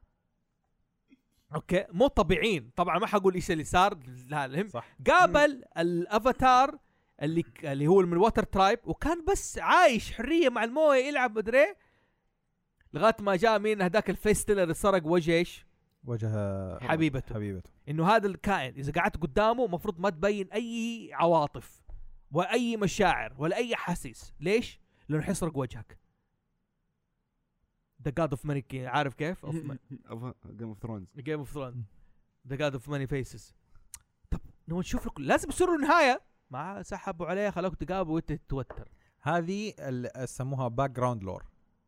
اوكي مو طبيعيين طبعا. ما حقول ايش اللي صار. لا المهم صح. قابل الافاتار اللي اللي هو من الواتر ترايب وكان بس عايش حريه مع المويه يلعب مدري لغايه ما جاء مين هذاك الفيستل اللي سرق وجه ايش وجه حبيبته. حبيبته. انه هذا الكائن اذا قعدت قدامه المفروض ما تبين اي عواطف ولا اي مشاعر ولا اي احاسيس. ليش؟ لانه حيسرق وجهك. ذا جاد اوف ماني عارف كيف؟ اوف جيم اوف ثرونز. جيم اوف ثرونز ذا جاد اوف ماني فيسز. طب نبغى نشوف لك لازم يصير له نهايه. ما سحبوا عليه خلاك تقابل وانت تتوتر. هذه ال- سموها باك جراوند لور.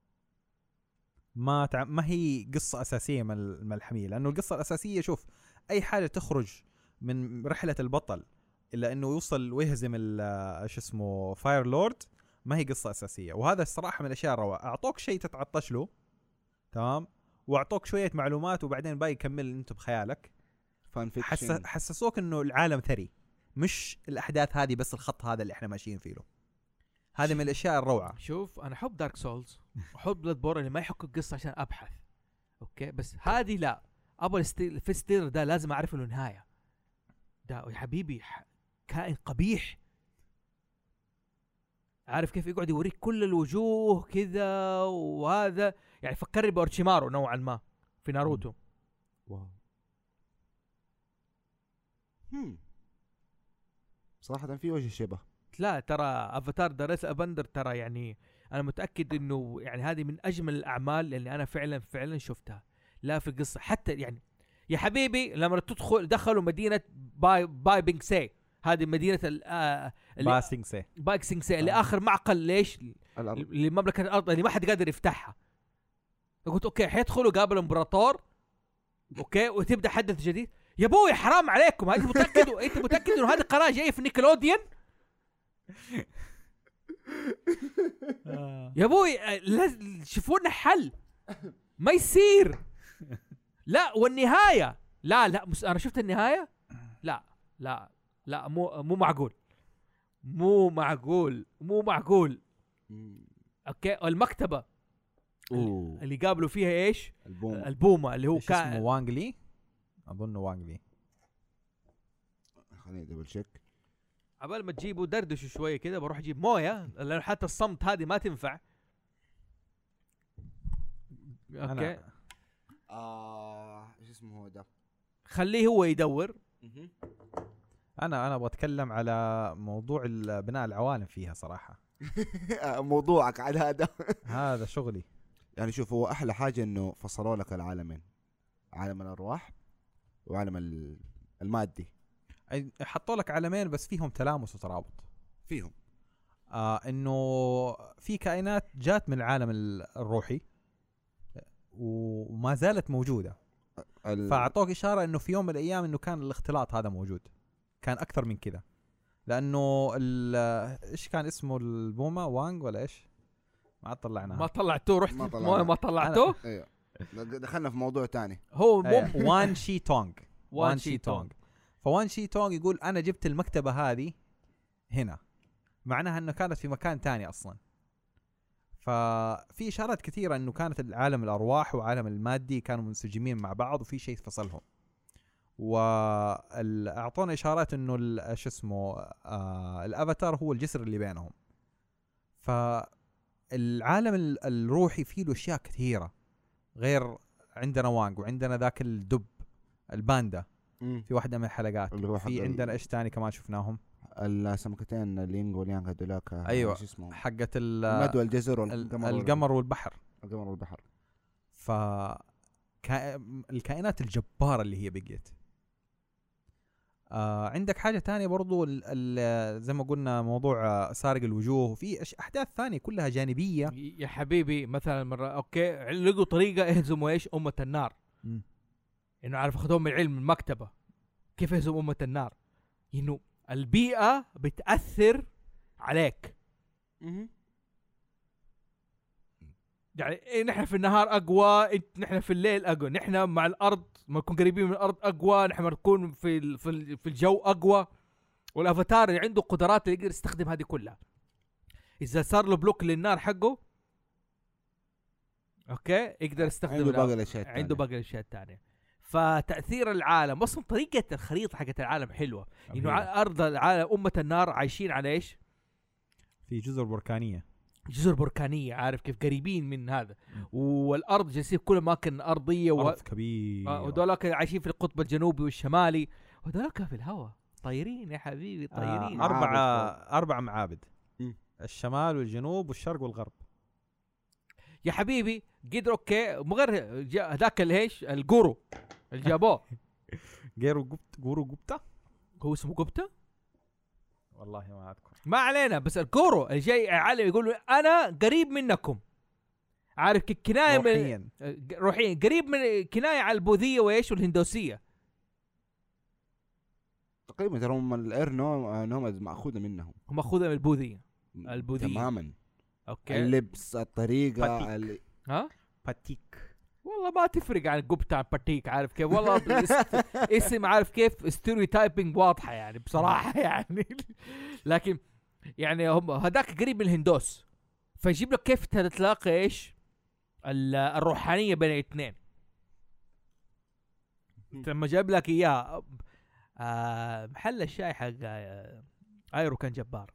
ما تع... ما هي قصه اساسيه من ال- من الحميه. لانه القصه الاساسيه شوف اي حاجه تخرج من رحله البطل الا انه يوصل ويهزم ال- ايش اسمه فاير لورد ما هي قصه اساسيه. وهذا الصراحه من الاشياء الروعه. اعطوك شيء تتعطش له تمام واعطوك شويه معلومات وبعدين باقي كمل انت بخيالك. فان فيكشن. حس... حسسوك انه العالم ثري مش الاحداث هذه بس الخط هذا اللي احنا ماشيين فيه له. هذه من الاشياء الروعه. شوف انا احب دارك سولز احب بلاد بور اللي ما يحكوا القصه عشان ابحث. اوكي بس هذه لا. ابغى الفيستير ده لازم اعرف له نهايه. ده يا حبيبي ح- كائن قبيح. عارف كيف يقعد يوريك كل الوجوه كذا وهذا يعني فكرني باورتشيمارو نوعا ما في ناروتو. واو. هم صراحة في وجه شبه. لا ترى افاتار ذا ريس ابندر ترى يعني انا متاكد انه يعني هذه من اجمل الاعمال اللي انا فعلا فعلا شفتها. لا في قصه حتى يعني يا حبيبي لما تدخل دخلوا مدينه باي باي بينغ سي. هذه مدينه ال آه باسينغ سي بايكسينغ سي اللي اخر معقل ليش الأرض. لمملكه الارض اللي ما حد قادر يفتحها. قلت اوكي حيدخلوا قابل امبراطور اوكي وتبدا حدث جديد. يا ابوي حرام عليكم. انت متاكد انت متاكد انه هذه قناه جايه في نيكلوديان؟ يا ابوي آه، لاز- شوفوا لنا حل. ما يصير. لا والنهايه لا لا مس... انا شفت النهايه. لا لا لا مو مو معقول مو معقول مو معقول. مم. اوكي المكتبه اوه اللي قابلوا فيها ايش البوم. البومه اللي هو ايش اسمه كان وانغلي اظن وانغلي. خليني دبل تشيك. عبال ما تجيبوا دردشوا شويه كده بروح اجيب مويه لانه حتى الصمت هذه ما تنفع. اوكي أنا- اه ايش اسمه هو ده؟ خليه هو يدور. مهم. انا انا ابغى اتكلم على موضوع ال- بناء العوالم فيها صراحه. موضوعك على هذا. هذا شغلي. يعني شوف هو احلى حاجه انه فصلوا لك العالمين، عالم الارواح وعالم ال- المادي. أي- حطوا لك عالمين بس فيهم تلامس وترابط. فيهم آه انه في كائنات جات من العالم ال- الروحي وما زالت موجوده. ال... فاعطوك اشاره انه في يوم من الايام انه كان الاختلاط هذا موجود. كان اكثر من كذا لانه ال- ايش كان اسمه البوما وانغ ولا ايش ما طلعناها. ما طلعتوه رحت ما ما, طلعنا. ما طلعتوه. ايوه دخلنا في موضوع تاني. هو مو أيه. وان شي تونغ. وان شي تونغ. فوان شي تونغ يقول انا جبت المكتبه هذه هنا معناها انه كانت في مكان تاني اصلا. ففي اشارات كثيره انه كانت العالم الارواح وعالم المادي كانوا منسجمين مع بعض وفي شيء فصلهم. واعطونا اشارات انه ال- ايش اسمه آه الافاتار هو الجسر اللي بينهم. فالعالم ال- الروحي فيه له اشياء كثيره غير عندنا وانغ وعندنا ذاك الدب الباندا مم. في واحده من الحلقات. اللي هو حق في ال- عندنا ايش تاني كمان شفناهم. السمكتين الينج واليانغ هذولاك أيوة. شو اسمه حقت ال- المد والجزر ال- والقمر القمر والبحر. القمر والبحر. ف كا- الكائنات الجبارة اللي هي بقيت. آه عندك حاجة تانية برضو ال ال زي ما قلنا موضوع آه، سارق الوجوه، وفي أش- أحداث ثانية كلها جانبية. يا حبيبي مثلا مرة اوكي لقوا طريقة يهزموا ايش أمة النار، م. انه عارف اخذوهم من علم المكتبة كيف يهزموا أمة النار، انه البيئة بتأثر عليك. يعني إيه نحن في النهار اقوى، انت نحن في الليل اقوى، نحن مع الارض ما نكون قريبين من الارض اقوى، نحن ما نكون في ال- في ال- في الجو اقوى. والافاتار اللي عنده قدرات اللي يقدر يستخدم هذه كلها. اذا صار له بلوك للنار حقه اوكي يقدر يستخدم عنده النار. باقي الاشياء عنده باقي الاشياء الثانيه. فتاثير العالم اصلا طريقه الخريطه حقت العالم حلوه، انه ع- ارض العالم امه النار عايشين على ايش؟ في جزر بركانية. جزر بركانيه، عارف كيف قريبين من هذا. والارض جالسين كل اماكن ارضيه و... أرض كبير. آه، وذولاك عايشين في القطب الجنوبي والشمالي، وذولاك في الهواء طايرين يا حبيبي طايرين. آه أربعة معابد. أربع معابد. م. الشمال والجنوب والشرق والغرب. يا حبيبي قدر اوكي مو غير جا- هذاك الايش الجورو اللي جابوه جيرو جبت جورو جبتا. هو اسمه قبته والله ما أذكر. ما علينا، بس الجورو اللي جاي عالم يقول انا قريب منكم، عارف كيف كنايه من روحيا. روحيا قريب من كنايه على البوذيه وايش والهندوسيه. تقريبا ترى هم الاير نو نوماد ماخوذه منهم هم اخذها من البوذيه. البوذية. تماما. اوكي اللبس الطريقه باتيك. اللي ها باتيك. والله ما تفرق عن قبتة باتيك، عارف كيف والله اس- اسم عارف كيف ستيريوتايبنج واضحة يعني بصراحة يعني. لكن يعني هم هذاك قريب من الهندوس، فيجيب لك كيف تلاقي ايش ال- الروحانية بين الاثنين. لما جاب لك اياه آه، محل الشاي حق آه، ايرو كان جبار.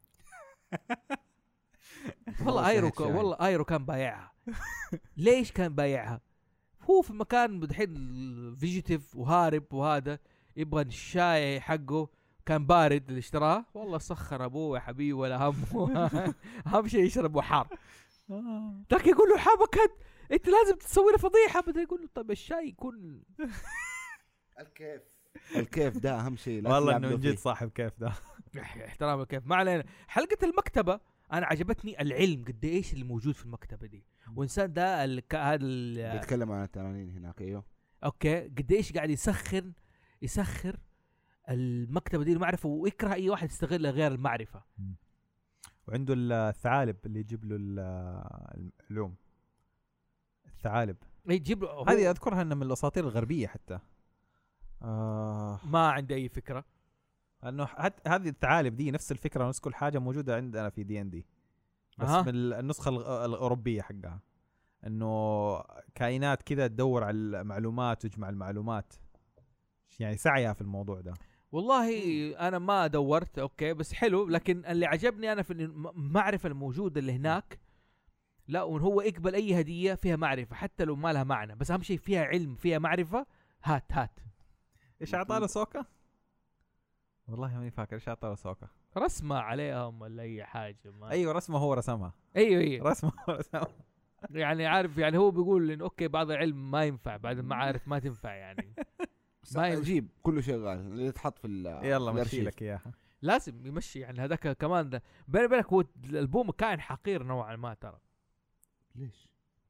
والله ايرو ك- والله ايرو كان بايعها. ليش كان بايعها؟ هو في مكان دحين فيجيتيف وهارب وهذا يبغى الشاي حقه كان بارد اللي اشتراه، والله سخر ابوه يا حبيبي ولا همه. اهم شيء يشرب حار. ذاك يقول له حبكت انت لازم تسوي له فضيحه، بده يقول له طيب الشاي يكون الكيف الكيف ده اهم شيء. لا والله تلعب انه له من جد فيه. صاحب كيف ده. احترام الكيف. ما علينا. حلقه المكتبه انا عجبتني العلم قد ايش اللي موجود في المكتبه دي، وانسان ده الك... هذا ال... بيتكلم عن التنانين هناك. ايوه اوكي قد ايش قاعد يسخر يسخر المكتبه دي المعرفه، ويكره اي واحد يستغل غير المعرفه. وعنده الثعالب اللي يجيب له ال- العلوم. الثعالب يجيب له هو- هذه اذكرها انها من الاساطير الغربيه حتى. آه ما عندي اي فكره. انه حتى هذه الثعالب دي نفس الفكره ونفس كل حاجه موجوده عندنا في دي ان دي، بس أها. من النسخه الغ- الاوروبيه حقها، انه كائنات كذا تدور على المعلومات وتجمع المعلومات، يعني سعيها في الموضوع ده. والله انا ما دورت اوكي بس حلو، لكن اللي عجبني انا في المعرفه الموجوده اللي هناك، لا وهو يقبل اي هديه فيها معرفه حتى لو ما لها معنى، بس اهم شيء فيها علم فيها معرفه. هات هات ايش اعطى له سوكا؟ والله ماني فاكر ايش اعطى له سوكا. رسمه عليهم ولا اي حاجه ما. ايوه رسمه هو رسمها. ايوه ايوه رسمه هو رسمها. يعني عارف يعني هو بيقول انه اوكي بعض العلم ما ينفع، بعد ما عارف ما تنفع يعني. ما يمشي. جيب كله شغال اللي يتحط في ال- يلا في مشي الأرشيف. لك اياها. لازم يمشي يعني. هذاك كمان ده بيني وبينك هو البوم كائن حقير نوعا ما ترى. ليش؟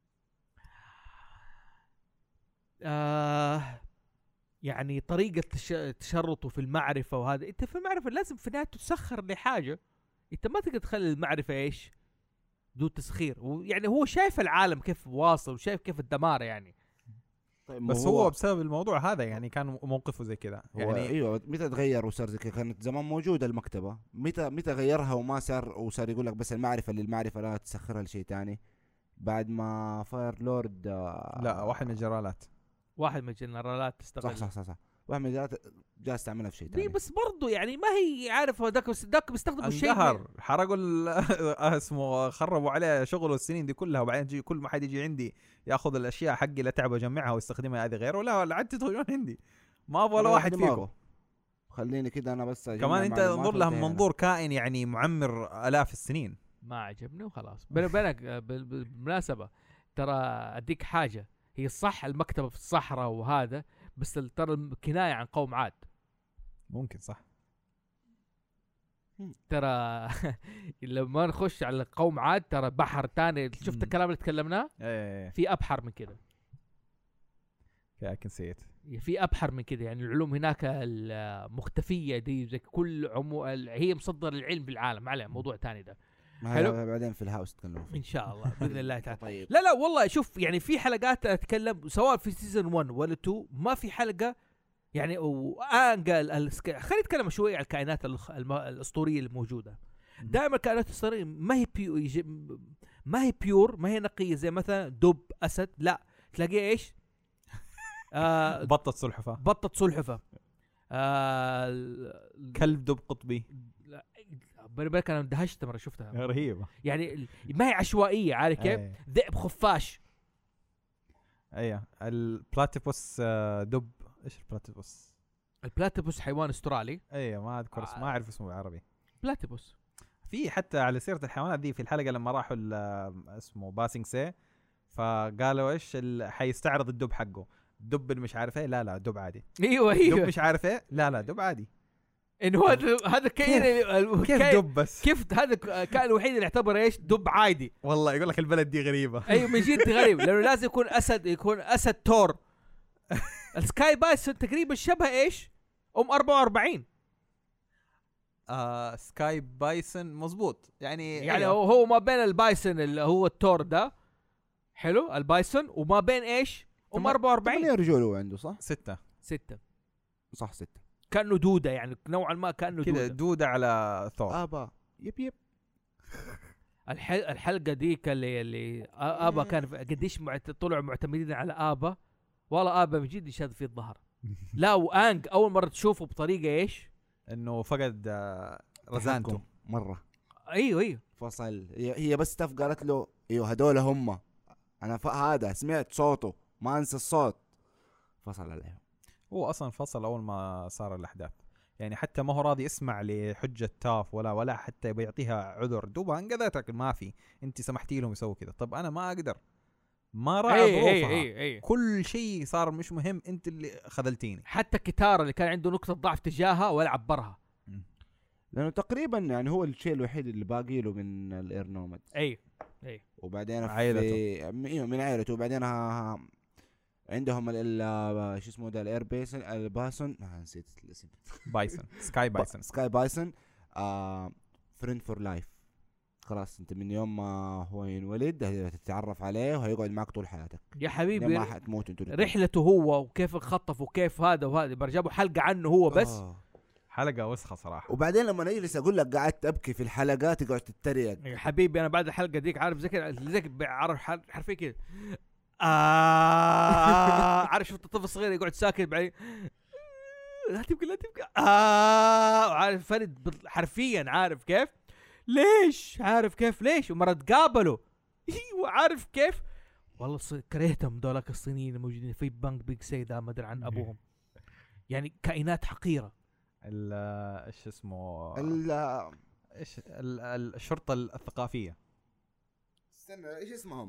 آه يعني طريقة تش- تشرطه في المعرفة وهذا، انت في المعرفة لازم في النهاية تسخر لحاجة، انت ما تقدر تخلي المعرفة ايش دون تسخير. ويعني هو شايف العالم كيف واصل وشايف كيف الدمار يعني. طيب بس هو بسبب الموضوع هذا يعني كان موقفه زي كذا يعني يعني. ايوه متى تغير وصار زي كذا؟ كانت زمان موجوده المكتبه، متى متى غيرها وما صار وصار يقول لك بس المعرفه للمعرفه لا تسخرها لشيء تاني؟ بعد ما فاير لورد آه لا واحد من الجرالات. واحد من الجنرالات تستغل. صح صح صح صح واحد من الجرالات جالس تعملها في شيء دي تاني. بس برضو يعني ما هي عارف ذاك ذاك بيستخدموا الشيء انقهر حرقوا ال- اسمه خربوا عليه شغله السنين دي كلها، وبعدين يجي كل ما حد يجي عندي ياخذ الاشياء حقي اللي تعب اجمعها ويستخدمها هذه غيره. لا لا عاد تدخلون عندي ما ابغى ولا واحد فيكم. خليني كده انا بس أجمع كمان انت معلومات انظر لها من وانتهينا. منظور كائن يعني معمر الاف السنين. ما عجبني وخلاص. بيني وبينك آه، بال- بال- بالمناسبة ترى أديك حاجة، هي الصح المكتبة في الصحراء وهذا، بس ال- ترى كناية عن قوم عاد. ممكن صح. ترى لما نخش على قوم عاد ترى بحر تاني. شفت مم. الكلام اللي تكلمناه؟ ايه في أبحر من كده، اي كان سيت. في أبحر من كده. يعني العلوم هناك المختفية دي زي كل عمو ال- هي مصدر العلم بالعالم. ما عليه، موضوع تاني ده ما حلو. هي بعدين في الهاوس تكلموا فيه. إن شاء الله بإذن الله تعالى. طيب لا لا والله شوف، يعني في حلقات اتكلم سواء في سيزون واحد ولا اتنين، ما في حلقه يعني وانجا السك... خلينا نتكلم شوي على الكائنات الخ... الم... الاسطوريه الموجوده. دائما الكائنات الاسطوريه ما هي بيو... يج... ما هي بيور، ما هي نقيه زي مثلا دب، اسد، لا تلاقيه ايش؟ آه بطة سلحفاة، بطه سلحفه، آه ال- كلب دب قطبي. لا، بالي بالك انا اندهشت مره شفتها. رهيبة. يعني ال- ما هي عشوائيه، عارف كيف؟ ايه ذئب خفاش. ايه البلاتيبوس آه، دب. ايش البلاتيبوس؟ البلاتيبوس حيوان استرالي. ايه ما اذكر اسمه، ما اعرف اسمه بالعربي. بلاتيبوس في حتى على سيرة الحيوانات دي، في الحلقة لما راحوا ال- اسمه باسينغ سي، فقالوا ايش ال- حيستعرض الدب حقه. دب مش عارف ايه، لا لا دب عادي. ايوه دب ايوه مش عارف ايه، لا لا دب عادي. انه هذا هذا كائن ال- كيف كائن- دب بس؟ كيف هذا الكائن الوحيد اللي يعتبر ايش؟ دب عادي. والله يقول لك البلد دي غريبة. ايوه من جد غريب، لانه لازم يكون اسد، يكون اسد تور. السكاي بايسون تقريبا شبه ايش؟ ام أربعة وأربعين. آه سكاي بايسون مظبوط يعني. يعني أيوة. هو هو ما بين البايسون اللي هو التور ده، حلو البايسون، وما بين ايش؟ ام ثم- أربعة وأربعين. ثمانية رجول هو عنده صح؟ ستة ستة. صح ستة. كانه دوده، يعني نوعا ما كانه كذا دوده. دودة على ثور. ابا يب يب. الحل... الحلقه ديك اللي اللي آ- ابا كان في- قديش معت... طلعوا معتمدين على ابا. والله ابا من جد يشد في الظهر. لا وانج اول مره تشوفه بطريقه ايش؟ انه فقد آه رزانته. تحكم مرة ايوه ايوه فصل. هي هي بس تف قالت له ايوه هدول هم. انا ف... هذا سمعت صوته ما انسى الصوت. فصل عليهم. هو اصلا فصل اول ما صار الاحداث، يعني حتى ما هو راضي يسمع لحجة تاف ولا ولا حتى بيعطيها عذر. دوبها انقذتك، ما في انت سمحتي لهم يسووا كذا. طب انا ما اقدر، ما راعي اي ظروفها. اي اي اي كل شيء صار مش مهم، انت اللي خذلتيني. حتى كتارا اللي كان عنده نقطه ضعف تجاهها ولا عبرها. لانه تقريبا يعني هو الشيء الوحيد اللي باقي له من الاير نوماد. اي اي وبعدين في عائلته. ايوه من عائلته. وبعدين ها... ها... عندهم ال ال- شو اسمه ده الاير بيسن الباسون. آه نسيت الاسم. بايسون سكاي بايسون. سكاي بايسون. آه فريند فور لايف. خلاص انت من يوم ما هو ينولد هتتعرف عليه وهيقعد معك طول حياتك. يا لين حبيبي ما حتموت انتوا الاتنين. رحلته هو وكيف انخطف وكيف هذا وهذا، برجابوا حلقه عنه هو بس. آه. حلقة وسخة صراحة. وبعدين لما نجلس اقول لك قاعد تبكي في الحلقات تقعد تتريق. يا حبيبي انا بعد الحلقه ديك عارف زي كذا، زي كذا عارف حرفيا كذا. آه عارف شفت الطفل الصغير يقعد ساكت بعدين لا تبكي لا تبكي آه عارف فرد بال- حرفيا عارف كيف ليش عارف كيف ليش. ومرة تقابلوا ايوه عارف كيف. والله ص- كرهتهم دولك الصينيين الموجودين في بنك بيج سي ده، ما ادري عن ابوهم. يعني كائنات حقيره. ال ايش اسمه ال ايش ال- ال- الشرطة الثقافية. استنى ايش اسمهم؟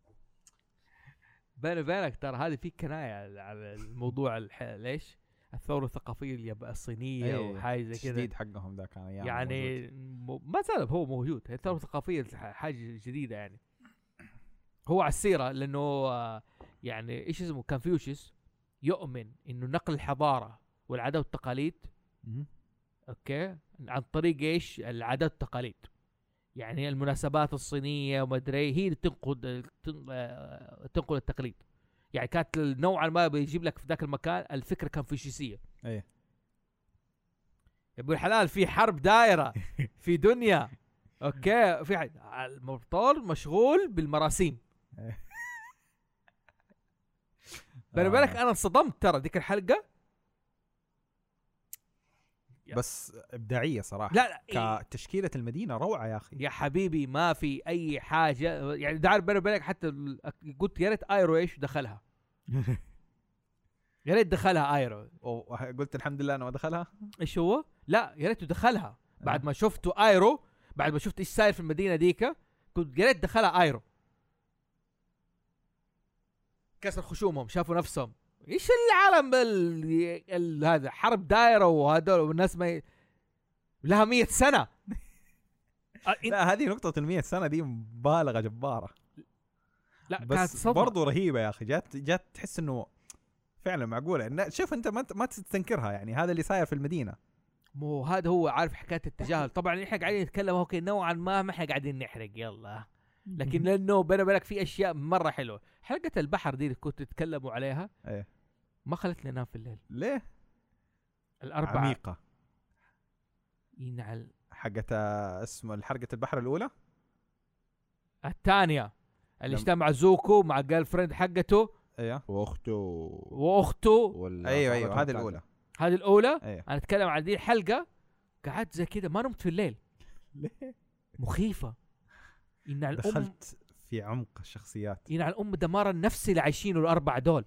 بيني وبينك ترى هذه في كنايه على- على الموضوع الح... ليش الثوره الثقافيه الياب- الصينيه أي، وحاجه زي كذا. الشديد حقهم ذا كان ايام موجود. يعني م... ما زال هو موجود. هي الثوره الثقافيه ح- حاجه جديده يعني. هو على السيره لانه آه، يعني ايش اسمه كونفوشيوس يؤمن انه نقل الحضاره والعادات والتقاليد مهم. اوكي عن طريق ايش العادات والتقاليد. يعني المناسبات الصينيه وما ادري هي اللي تنقل تن- آه، تنقل التقليد. يعني كانت نوعا ما بيجيب لك في ذاك المكان الفكره كونفوشيوسيه. ايه يا ابو الحلال في حرب دايره في دنيا اوكي في حد المبطل مشغول بالمراسيم. بيني وبينك انا انصدمت ترى ديك الحلقه. بس ابداعيه صراحه. لا لا إيه. كتشكيله المدينه روعه يا اخي. يا حبيبي ما في اي حاجه يعني. دار بيني وبينك حتى ال- قلت يا ريت ايرو ايش دخلها. يا ريت دخلها ايرو. قلت الحمد لله انه ما دخلها. ايش هو؟ لا يا ريت دخلها بعد ما شفتوا ايرو، بعد ما شفت ايش صاير في المدينه ديكا، كنت يا ريت دخلها ايرو. كسر خشومهم، شافوا نفسهم ايش العالم ال... ال... هذا حرب دايره وهذول والناس ما ي... لها مية سنه. لا هذه نقطة المية سنة دي مبالغة جبارة. لا كانت بس صدمة برضو رهيبة يا أخي. جات جات تحس إنه فعلا معقولة. شوف أنت ما ما تستنكرها يعني، هذا اللي صاير في المدينة. مو هذا هو عارف حكاية التجاهل. طبعا احنا قاعدين نتكلم اوكي نوعا ما ما احنا قاعدين نحرق يلا، لكن لأنه بيني وبينك في أشياء مرة حلوة. حلقة البحر دي اللي كنت تتكلموا عليها ايه ما خلتني انام في الليل. ليه؟ الأربعة عميقة. ينعل حقت اسمه الحرقة البحر الأولى، الثانية اللي لم... اجتمع زوكو مع جيرل فريند حقته ايوه واخته واخته ولا ايوه ايوه هذه الأولى. هذه الأولى. أيوه. أنا أتكلم عن دي الحلقة، قعدت زي كده ما نمت في الليل. ليه؟ مخيفة. إن الأم دخلت في عمق الشخصيات. إن الأم دمار النفسي اللي عايشينه الأربعة دول.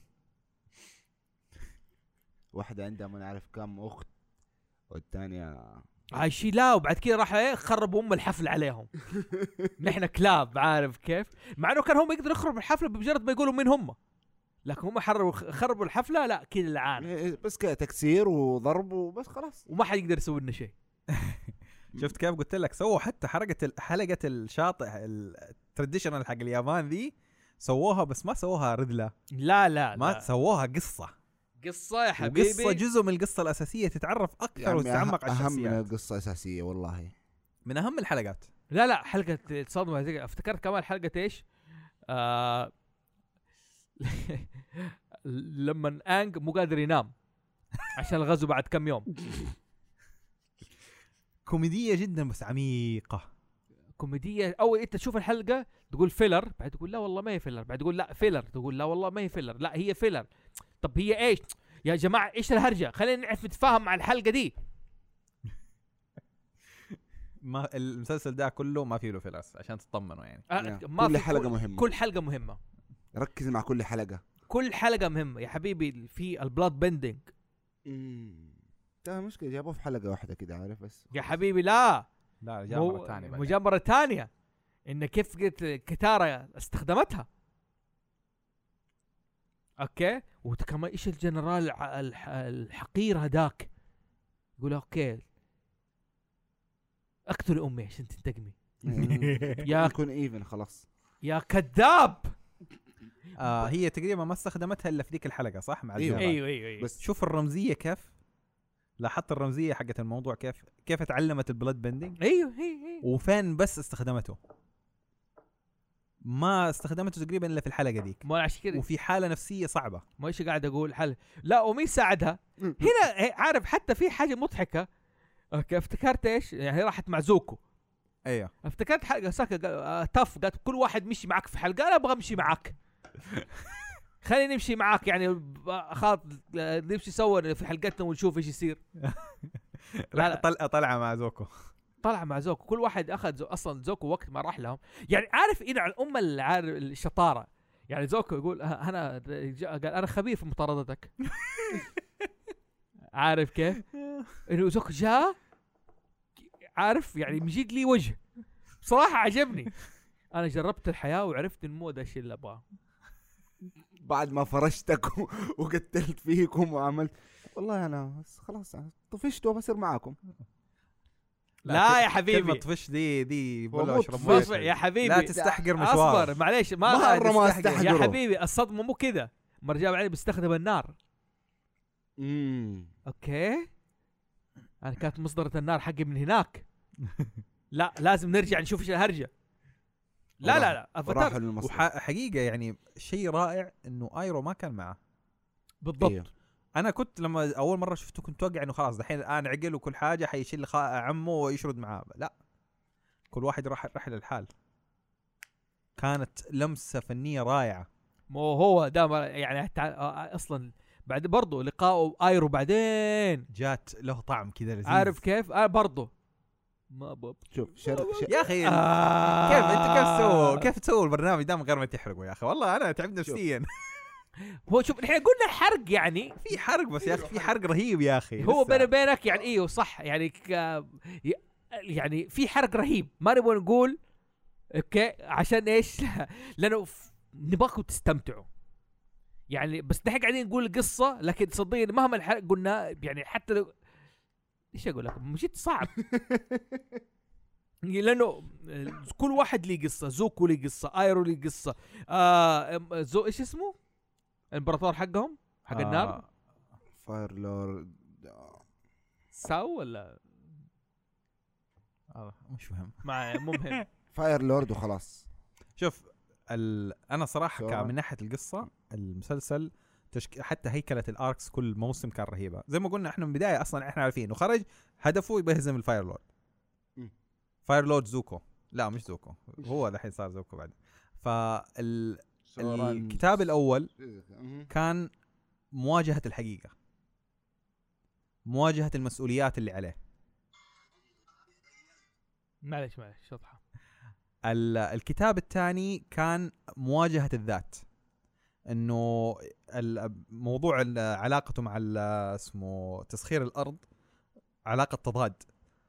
واحدة عندها ما نعرف كم أخت والثانية عايشين. لا وبعد كده راح ايه خربوا ام الحفل عليهم. نحن كلاب عارف كيف، مع انه كان هم يقدروا يخربوا الحفله بمجرد ما يقولوا مين هم، لكن هم حرروا خربوا الحفله. لا كذا العان بس كده تكسير وضرب وبس خلاص، وما حد يقدر يسوي لنا شيء. شفت كيف قلت لك سووا حتى حركه حلقه الشاطئ التراديشنال حق اليابان ذي، سووها بس ما سووها رذله. لا لا ما لا. سووها قصه قصه يا حبيبي، قصه جزء من القصه الاساسيه، تتعرف اكثر يعني وتتعمق على أهم الشخصيات. من القصة أساسية والله، من اهم الحلقات. لا لا حلقه الصدمه هذيك افتكرت كمان حلقه ايش آه لما انج مو قادر ينام عشان الغزو بعد كم يوم. كوميديه جدا بس عميقه. كوميديه. اول انت تشوف الحلقه تقول فيلر، بعد تقول لا والله ما هي فيلر، بعد تقول لا فيلر، تقول لا والله ما هي فيلر، لا هي فيلر. طب هي ايش يا جماعه؟ ايش الهرجه؟ خلينا نعرف نتفاهم مع الحلقه دي. ما المسلسل ده كله ما فيه له فيلرز عشان تطمنوا يعني. أه ما كل حلقة مهمة، كل حلقه مهمه، ركز مع كل حلقة، كل حلقه مهمه يا حبيبي. في البلاد بندنج ده مشكلة جابوه في حلقة واحدة كده عارف، بس يا حبيبي لا لا جاء مرة ثانية. مو مرة ثانية، إن كيف كتارا استخدمتها. أوكي. وكمان إيش الجنرال الحقير هداك يقول أوكي أقتل أمي عشان تنتقمي. يا يكون إيفن خلاص يا كذاب. آه هي تقريبا ما استخدمتها إلا في ذيك الحلقة صح مع أيوه أيوه أيوه. بس شوف الرمزية كيف، لاحظت الرمزية حقت الموضوع كيف كيف تعلمت البلاد بندنج. ايوه ايوه. وفين بس استخدمته، ما استخدمته تقريبا الا في الحلقة ديك. ما عشان كده وفي حالة نفسية صعبة. ما ايش قاعد اقول حل. لا ومين ساعدها هنا؟ عارف حتى في حاجة مضحكة. اوكي افتكرت ايش يعني، هي راحت مع زوكو. ايوه افتكرت حلقة ساكا قال تف، قالت كل واحد مشي معك في حلقة، انا ابغى امشي معك. خلينا نمشي معاك يعني خاط نمشي سوا في حلقتنا ونشوف ايش يصير. لا لا طلع طلع مع زوكو، طلع مع زوكو. كل واحد اخذ زو اصلا زوكو وقت ما راح لهم يعني. عارف إيه على الام العارف الشطاره يعني. زوكو يقول انا قال انا خبير في مطاردتك. عارف كيف انه زوكو جاء عارف يعني مجيد لي وجه بصراحه عجبني. انا جربت الحياه وعرفت انه مو ده الشيء اللي ابغاه. بعد ما فرشتك وقتلت فيكم وعملت والله انا خلاص طفشت وبصير معاكم. لا, لا يا حبيبي كلمة طفش دي دي ولا اشرب يا حبيبي. لا تستحقر مشوار. اصبر معليش ما, ما استحقر يا حبيبي. الصدمة مو كذا. مرجع بعدين بيستخدم النار. امم اوكي انا كانت مصدرة النار حقي من هناك. لا لازم نرجع نشوف ايش الهرجة. لا لا لا افاتار. وحقيقة يعني شيء رائع انه ايرو ما كان معه بالضبط. إيه. انا كنت لما اول مره شفته كنت اتوقع انه خلاص دحين الان عقل وكل حاجه حيشيل عمه ويشرد معاه. لا كل واحد راح راح للحال. كانت لمسه فنيه رائعه. مو هو ده يعني اصلا بعد برضه لقاء ايرو بعدين جات له طعم كذا لذيذ. عارف كيف آه برضه ما بب شوف شر... شر... يا اخي آه كيف انت كيف تسووا كيف تسووا البرنامج ده من غير ما تحرقوا يا اخي؟ والله انا تعبت نفسيا. هو شوف احنا قلنا حرق يعني في حرق بس يا اخي في حرق رهيب يا اخي هو لسه. بيني وبينك يعني ايوه صح يعني ك... يعني في حرق رهيب ما نبغى نقول اوكي عشان ايش لانه ف... نبغاكم تستمتعوا يعني بس نحن قاعدين نقول القصه لكن صدقني مهما الحرق قلنا يعني حتى لو ايش اقول لك مش صعب لانه كل واحد ليه قصه زوكو ليه قصه ايرو ليه قصه آه زو ايش اسمه الامبراطور حقهم حق آه. النار فاير لورد ساو ولا آه. مش فهم مع مو مهم فاير لورد وخلاص. شوف ال... انا صراحه سورة. من ناحيه القصه المسلسل تشك... حتى هيكله الاركس كل موسم كان رهيبه زي ما قلنا احنا من البدايه اصلا احنا عارفين انه خرج هدفه يبقى يهزم الفاير لورد م. فاير لورد زوكو لا مش زوكو هو الحين صار زوكو بعد فال الكتاب الاول كان مواجهه الحقيقه مواجهه المسؤوليات اللي عليه معلش معلش شطحه الكتاب الثاني كان مواجهة الذات انه الموضوع علاقته مع اسمه تسخير الارض علاقة تضاد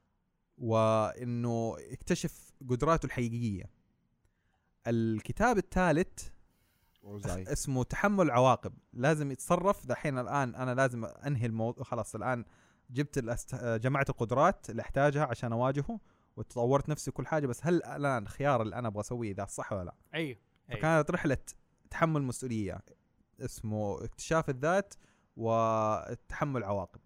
وانه اكتشف قدراته الحقيقية. الكتاب الثالث اسمه تحمل العواقب لازم يتصرف دحين الان انا لازم انهي الموضوع خلاص الان جبت الأست... جمعت القدرات اللي احتاجها عشان اواجهه وتطورت نفسي كل حاجه بس هل الان الخيار اللي انا ابغى اسويه ذا صح ولا لا؟ ايوه فكانت رحله تحمل مسؤوليه اسمه اكتشاف الذات وتحمل عواقب.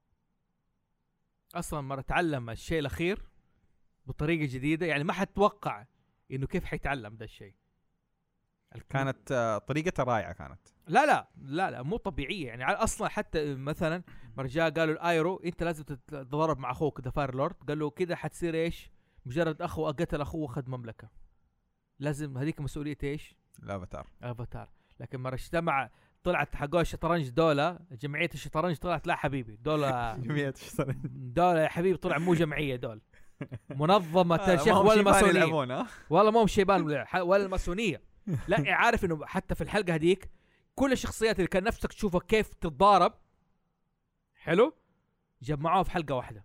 اصلا مره تعلم الشيء الاخير بطريقه جديده يعني ما حتوقع انه كيف حيتعلم ده الشيء. كانت طريقتها رائعه كانت لا لا لا لا مو طبيعيه يعني اصلا حتى مثلا مرجع قالوا الايرو انت لازم تتضارب مع اخوك ذا فاير لورد قال له كده حتصير ايش مجرد اخو قتل اخوه واخذ مملكه لازم هذيك مسؤوليه ايش الافاتار افاتار. لكن مره اجتمع طلعت حقوا الشطرنج دولة جمعيه الشطرنج طلعت لا حبيبي دولة جمعيه الشطرنج دولة يا حبيبي طلع مو جمعيه دول منظمه الشيخ ولا الماسونيه والله مو شيبان ولا الماسونيه. لا عارف انه حتى في الحلقه هذيك كل الشخصيات اللي كان نفسك تشوفها كيف تتضارب حلو جمعوها في حلقه واحده.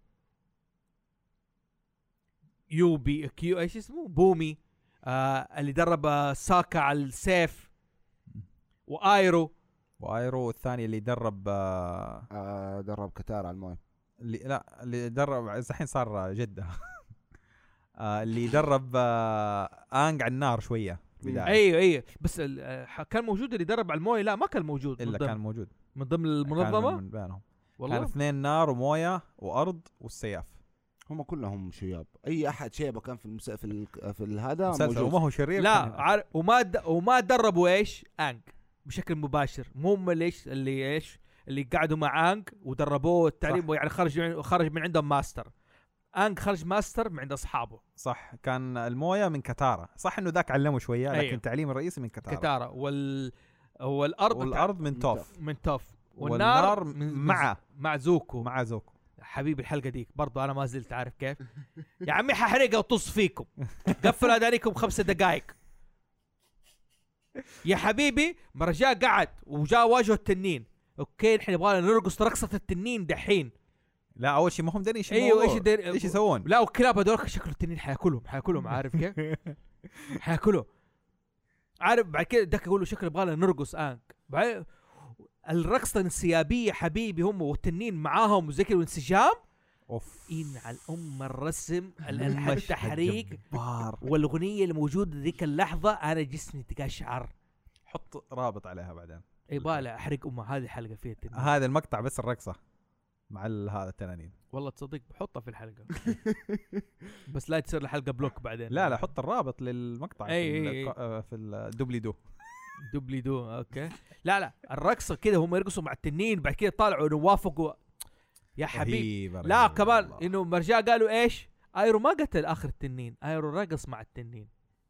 يوبي كيو ايش اسمه بومي آه اللي درب آه ساكا على السيف وايرو وايرو الثاني اللي درب آه آه درب كتار على الماء اللي لا اللي درب الحين صار جده آه اللي درب آه انج على النار شويه بداية. ايوه ايوه بس كان موجود اللي درب على المويه لا ما كان موجود الا كان موجود من ضمن المنظمه كان من بينهم والله كان اثنين نار ومويه وارض والسياف هم كلهم شياب اي احد شيبه كان في المس... في ال... في هذا موجود وما هو شرير لا عار... وما د... وما دربوا ايش انج بشكل مباشر مو هم ليش اللي ايش اللي قعدوا مع انج ودربوه التعليم يعني خرج خرج من عندهم ماستر انج خرج ماستر من عند اصحابه صح. كان المويه من كتارا صح انه ذاك علمه شويه لكن أيوه. التعليم الرئيسي من كتارا كتارا وال والارض والارض من توف من توف والنار من مع مع زوكو مع زوكو حبيبي. الحلقه ديك برضو انا ما زلت عارف كيف يا عمي ححرقها وطص فيكم قفلوا اذانيكم خمسة دقائق يا حبيبي مرجع قعد وجاء واجهه التنين اوكي الحين يبغى نرقص رقصه التنين دحين لا اول شيء ما هم دارين ايش ايوه ايش دير... ايش يسوون لا والكلاب هذول شكله التنين حياكلهم حياكلهم عارف كيف حياكله عارف. بعد كده دك يقول له شكله يبغى نرقص انك بعد الرقصه الانسيابيه حبيبي هم والتنين معاهم وزي كذا وانسجام اوف ان على الام الرسم التحريك جبار. والاغنيه الموجوده ذيك اللحظه انا جسمي تقشعر. حط رابط عليها بعدين يبغى احرق امه هذه الحلقه فيها التنين هذا المقطع بس الرقصه مع هذا التنانين والله تصدق بحطها في الحلقه بس لا تصير الحلقه بلوك بعدين. لا لا حط الرابط للمقطع أي في, أي أي. في الدوبلي دو دوبلي دو اوكي. لا لا الرقصه كده هم يرقصوا مع التنين بعد كده طالعوا انه وافقوا يا حبيبي. لا كمان انه مرجع قالوا ايش ايرو ما قتل اخر التنين ايرو رقص مع التنين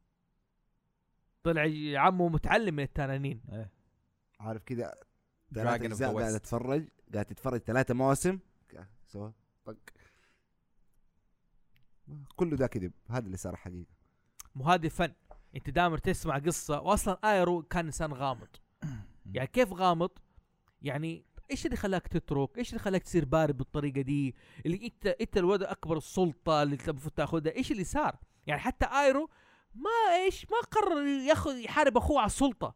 طلع عمه متعلم من التنانين. ايه. عارف كده ثلاثة أجزاء قاعد اتفرج قاعد تتفرج ثلاثة مواسم سوا طق كله ده كذب. هذا اللي صار حقيقة مو هذا فن انت دائما تسمع قصة واصلا ايرو كان انسان غامض يعني كيف غامض؟ يعني ايش اللي خلاك تترك؟ ايش اللي خلاك تصير بارد بالطريقه دي؟ اللي انت انت الوضع اكبر السلطه اللي المفروض تاخذها، ايش اللي صار؟ يعني حتى ايرو ما ايش ما قرر ياخذ يحارب اخوه على السلطه،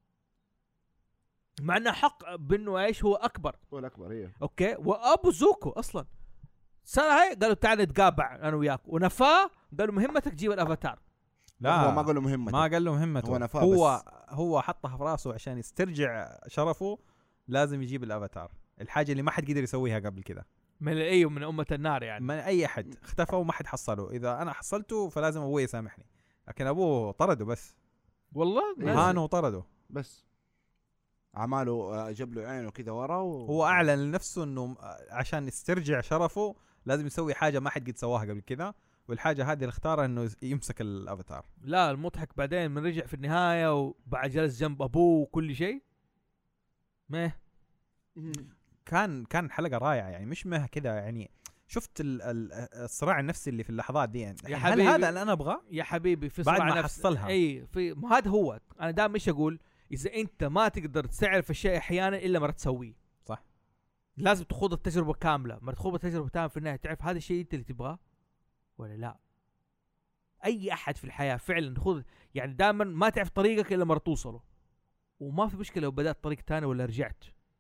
مع انه حق بانه ايش هو اكبر. هو الاكبر هي اوكي، وابو زوكو اصلا صار هاي قالوا تعال نتقابع انا وياك، ونفاه قالوا مهمتك تجيب الافاتار. لا هو ما قال له مهمته، ما قال له مهمته، هو نفاه هو بس. هو حطها في راسه عشان يسترجع شرفه، لازم يجيب الافاتار، الحاجه اللي ما حد قدر يسويها قبل كده من ايوه من امه النار يعني. من اي احد اختفى وما حد حصله، اذا انا حصلته فلازم ابوي يسامحني، لكن ابوه طرده بس، والله هانه وطرده. بس عماله آه، جاب له عينه كذا ورا و... هو اعلن لنفسه انه عشان يسترجع شرفه لازم يسوي حاجه ما حد قد سواها قبل كذا، والحاجه هذه اللي اختارها انه يمسك الافاتار. لا المضحك بعدين من رجع في النهايه وبعد جلس جنب ابوه وكل شيء. ما كان كان حلقه رائعه يعني، مش مه كذا يعني. شفت ال ال الصراع النفسي اللي في اللحظات دي يعني، يا هل حبيبي هذا اللي انا ابغاه يا حبيبي في بعد صراع ما نفس حصلها؟ اي في ما هذا هو. انا دائما مش اقول اذا انت ما تقدر تعرف الشيء احيانا الا مرة تسويه، صح. لازم تخوض التجربه كامله، مرة تخوض التجربه كامله في النهايه تعرف هذا الشيء انت اللي تبغاه ولا لا. اي احد في الحياه فعلا خذ يعني دائما ما تعرف طريقك الا مرة توصله، وما في مشكله لو بدات طريق ثاني ولا رجعت.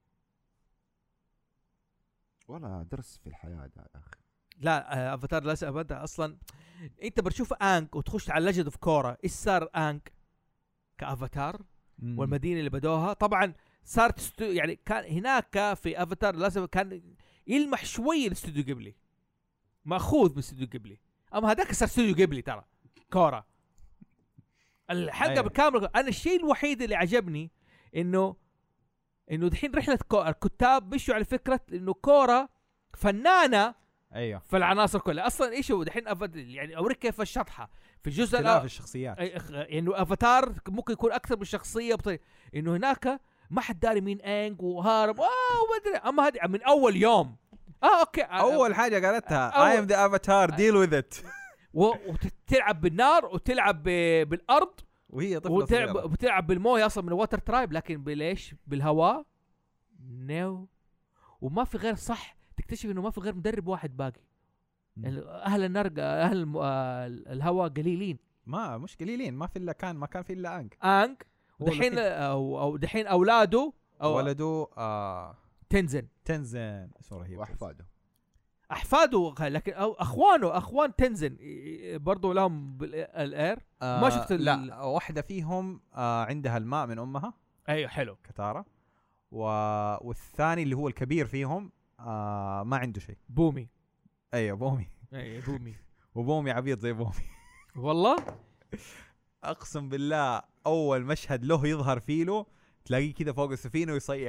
ولا درس في الحياه ده يا اخي. لا آه، افاتار لا ابدا اصلا. انت بتشوف انك وتخش على ليجند اوف كورا، ايش صار انك كافاتار مم. والمدينه اللي بدوها. طبعا صارت استو يعني كان هناك في افاتار لازم كان يلمح شوي الاستوديو قبلي، ماخوذ من استوديو قبلي، اما هذاك صار استوديو قبلي ترى كورا الحلقه أيوة. بالكامل. انا الشيء الوحيد اللي عجبني انه انه دحين رحله كورا الكتاب مشوا على فكره انه كورا فنانه ايوه في العناصر كلها. اصلا ايش هو دحين أفت... يعني اوريك كيف الشطحه في الجزء اختلاف الأول الشخصيات. انه افاتار ممكن يكون اكثر من شخصيه بطريقه انه هناك ما حد داري مين انج وهارب اه وما ادري. اما هذه من اول يوم اه اوكي اول حاجه قالتها أول- I am the avatar deal with it وتلعب بالنار وتلعب ب- بالارض وهي طفله وتلعب صغيره. وتلعب بالمويه اصلا من الواتر ترايب، لكن بالايش بالهواء نو. وما في غير صح تكتشف انه ما في غير مدرب واحد باقي. يعني اهل النار اهل الم- آه الهواء قليلين. ما مش قليلين، ما في الا كان ما كان في الا انك انج هو ودحين الوحيد. او او دحين اولاده او ولده آه تنزن تنزن اسمه رهيب واحفاده احفاده، لكن أو اخوانه اخوان تنزن برضو لهم بالاير. آه ما شفت ال- لا واحده فيهم آه عندها الماء من امها ايوه حلو. كتارا و... والثاني اللي هو الكبير فيهم آه ما عنده شيء. بومي ايوه بومي ايوه بومي وبومي عبيط زي بومي. والله اقسم بالله اول مشهد له يظهر فيه له تلاقيه كذا فوق السفينه ويصيح.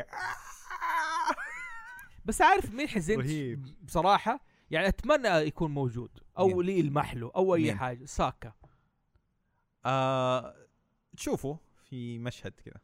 بس عارف مين حزنت رهيب. بصراحه؟ يعني اتمنى يكون موجود او مين؟ لي يلمح له او اي مين؟ حاجه. ساكا آه تشوفه في مشهد كذا،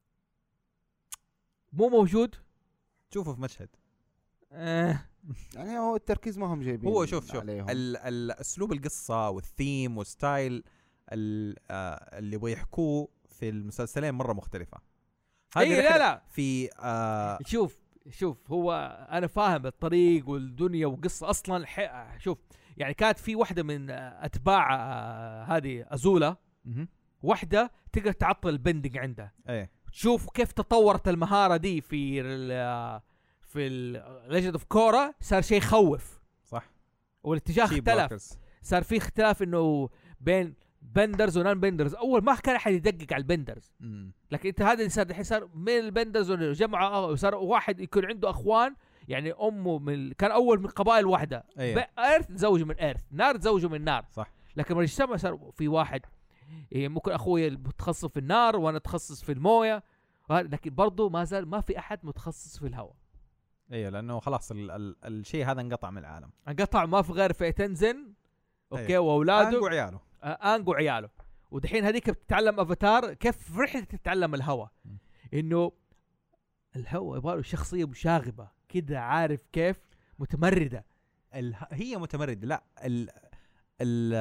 مو موجود. تشوفه في مشهد. آه. يعني هو التركيز ما هم جايبين هو شوف شوف عليهم. ال- ال- اسلوب القصه والثيم والستايل ال- آه اللي يبغوا يحكوه في المسلسلين مره مختلفه. اي لا رحلة لا في آه شوف شوف هو انا فاهم الطريق والدنيا وقصه اصلا ح- شوف يعني كانت في واحده من اتباع آه، هذه ازولا مهم. واحده تقدر تعطل البندنج عندها. ايه تشوف كيف تطورت المهاره دي في ال في ليجند اوف كورا، صار شيء يخوف صح. والاتجاه Cheap اختلف. workers. صار في اختلاف انه بين بندرز ونان بندرز. اول ما كان احد يدقق على البندرز، مم. لكن انت هذا اللي صار الحين صار من البندرز وجمعوا وصار واحد يكون عنده اخوان. يعني امه من كان اول من قبائل واحده ايوه ايرث تزوجوا من ايرث، نار تزوجوا من نار. صح. لكن لما اجتمع صار في واحد إيه ممكن اخوي متخصص في النار وانا اتخصص في المويه، لكن برضه ما زال ما في احد متخصص في الهواء. ايوه لانه خلاص ال ال الشيء هذا انقطع من العالم. انقطع ما في غير في تنزن اوكي أيوة. واولاده انق وعياله. آه، انق وعياله. ودحين هذيك بتتعلم افاتار كيف في رحله تتعلم الهواء، انه الهواء يبغى له شخصيه مشاغبه كده عارف كيف متمرده. ال هي متمرد لا ال ال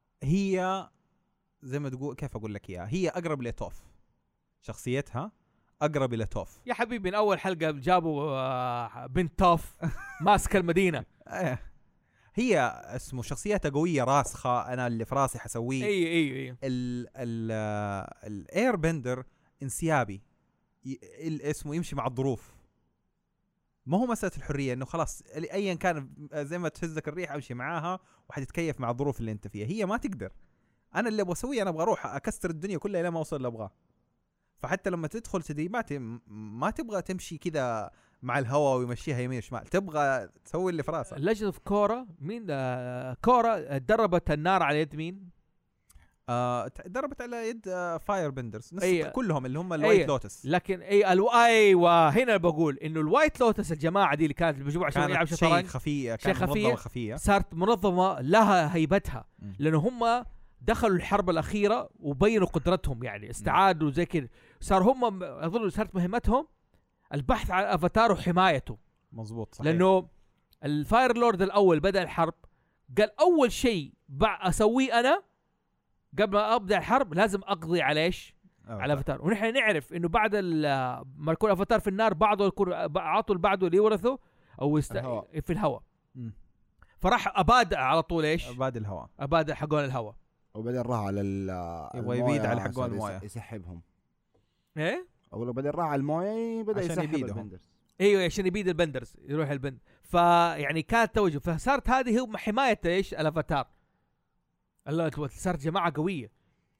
هي زي ما تقول كيف اقول لك اياها، هي اقرب لتوف شخصيتها اقرب الى توف. يا حبيبي من اول حلقه جابوا آه، بنت توف ماسكه المدينه. آه. هي اسمه شخصيتها قويه راسخه، انا اللي في راسي حسويه. اي اي اي ال ال الاير بندر انسيابي، ي- ال- اسمه يمشي مع الظروف. ما هو مساله الحريه انه خلاص ايا كان زي ما تهزك الريح امشي معاها وحتتكيف مع الظروف اللي انت فيها. هي ما تقدر. انا اللي ابغى اسويه انا ابغى اروح اكسر الدنيا كلها الى ما اوصل اللي ابغاه. فحتى لما تدخل تدريبات ما تبغى تمشي كذا مع الهواء ويمشيها يمين شمال، تبغى تسوي اللي في راسك. ليجند اوف كورا مين آه كورا دربت النار على يد مين؟ آه دربت على يد آه فاير بندرز نفس أي. كلهم اللي هم الوايت أي. لوتس. لكن اي الو ايوه هنا بقول انه الوايت لوتس الجماعه دي اللي كانت بيجوا عشان يلعبوا كانت شيء شطرنج خفيه، شيء كانت خفية. منظمه خفيه. صارت منظمه لها هيبتها م. لانه هم دخلوا الحرب الاخيره وبينوا قدرتهم، يعني استعادوا زي كذا. صار هم اظن صارت مهمتهم البحث عن افاتار وحمايته. مظبوط صحيح. لانه الفاير لورد الاول بدا الحرب قال اول شيء اسويه انا قبل ما ابدا الحرب لازم اقضي على ايش؟ أوه. على افاتار. ونحن نعرف انه بعد ما يكون افاتار في النار بعضه يكون عاطوا لبعضه اللي يورثه او يست... الهواء. في الهواء. م. فراح اباد على طول ايش؟ بعد الهواء اباد حقون الهواء. وبعدين راح على ال يبغى الموية يبيد على حقون عشان الموية. يس- يسحبهم. ايه اول بعدين راح على المويه بدا عشان يسحب يبيدهم. البندرز. ايوه عشان يبيد البندرز يروح البند. فيعني كانت توجه، فصارت هذه هو حمايه ايش؟ الافاتار. الله صارت جماعه قويه.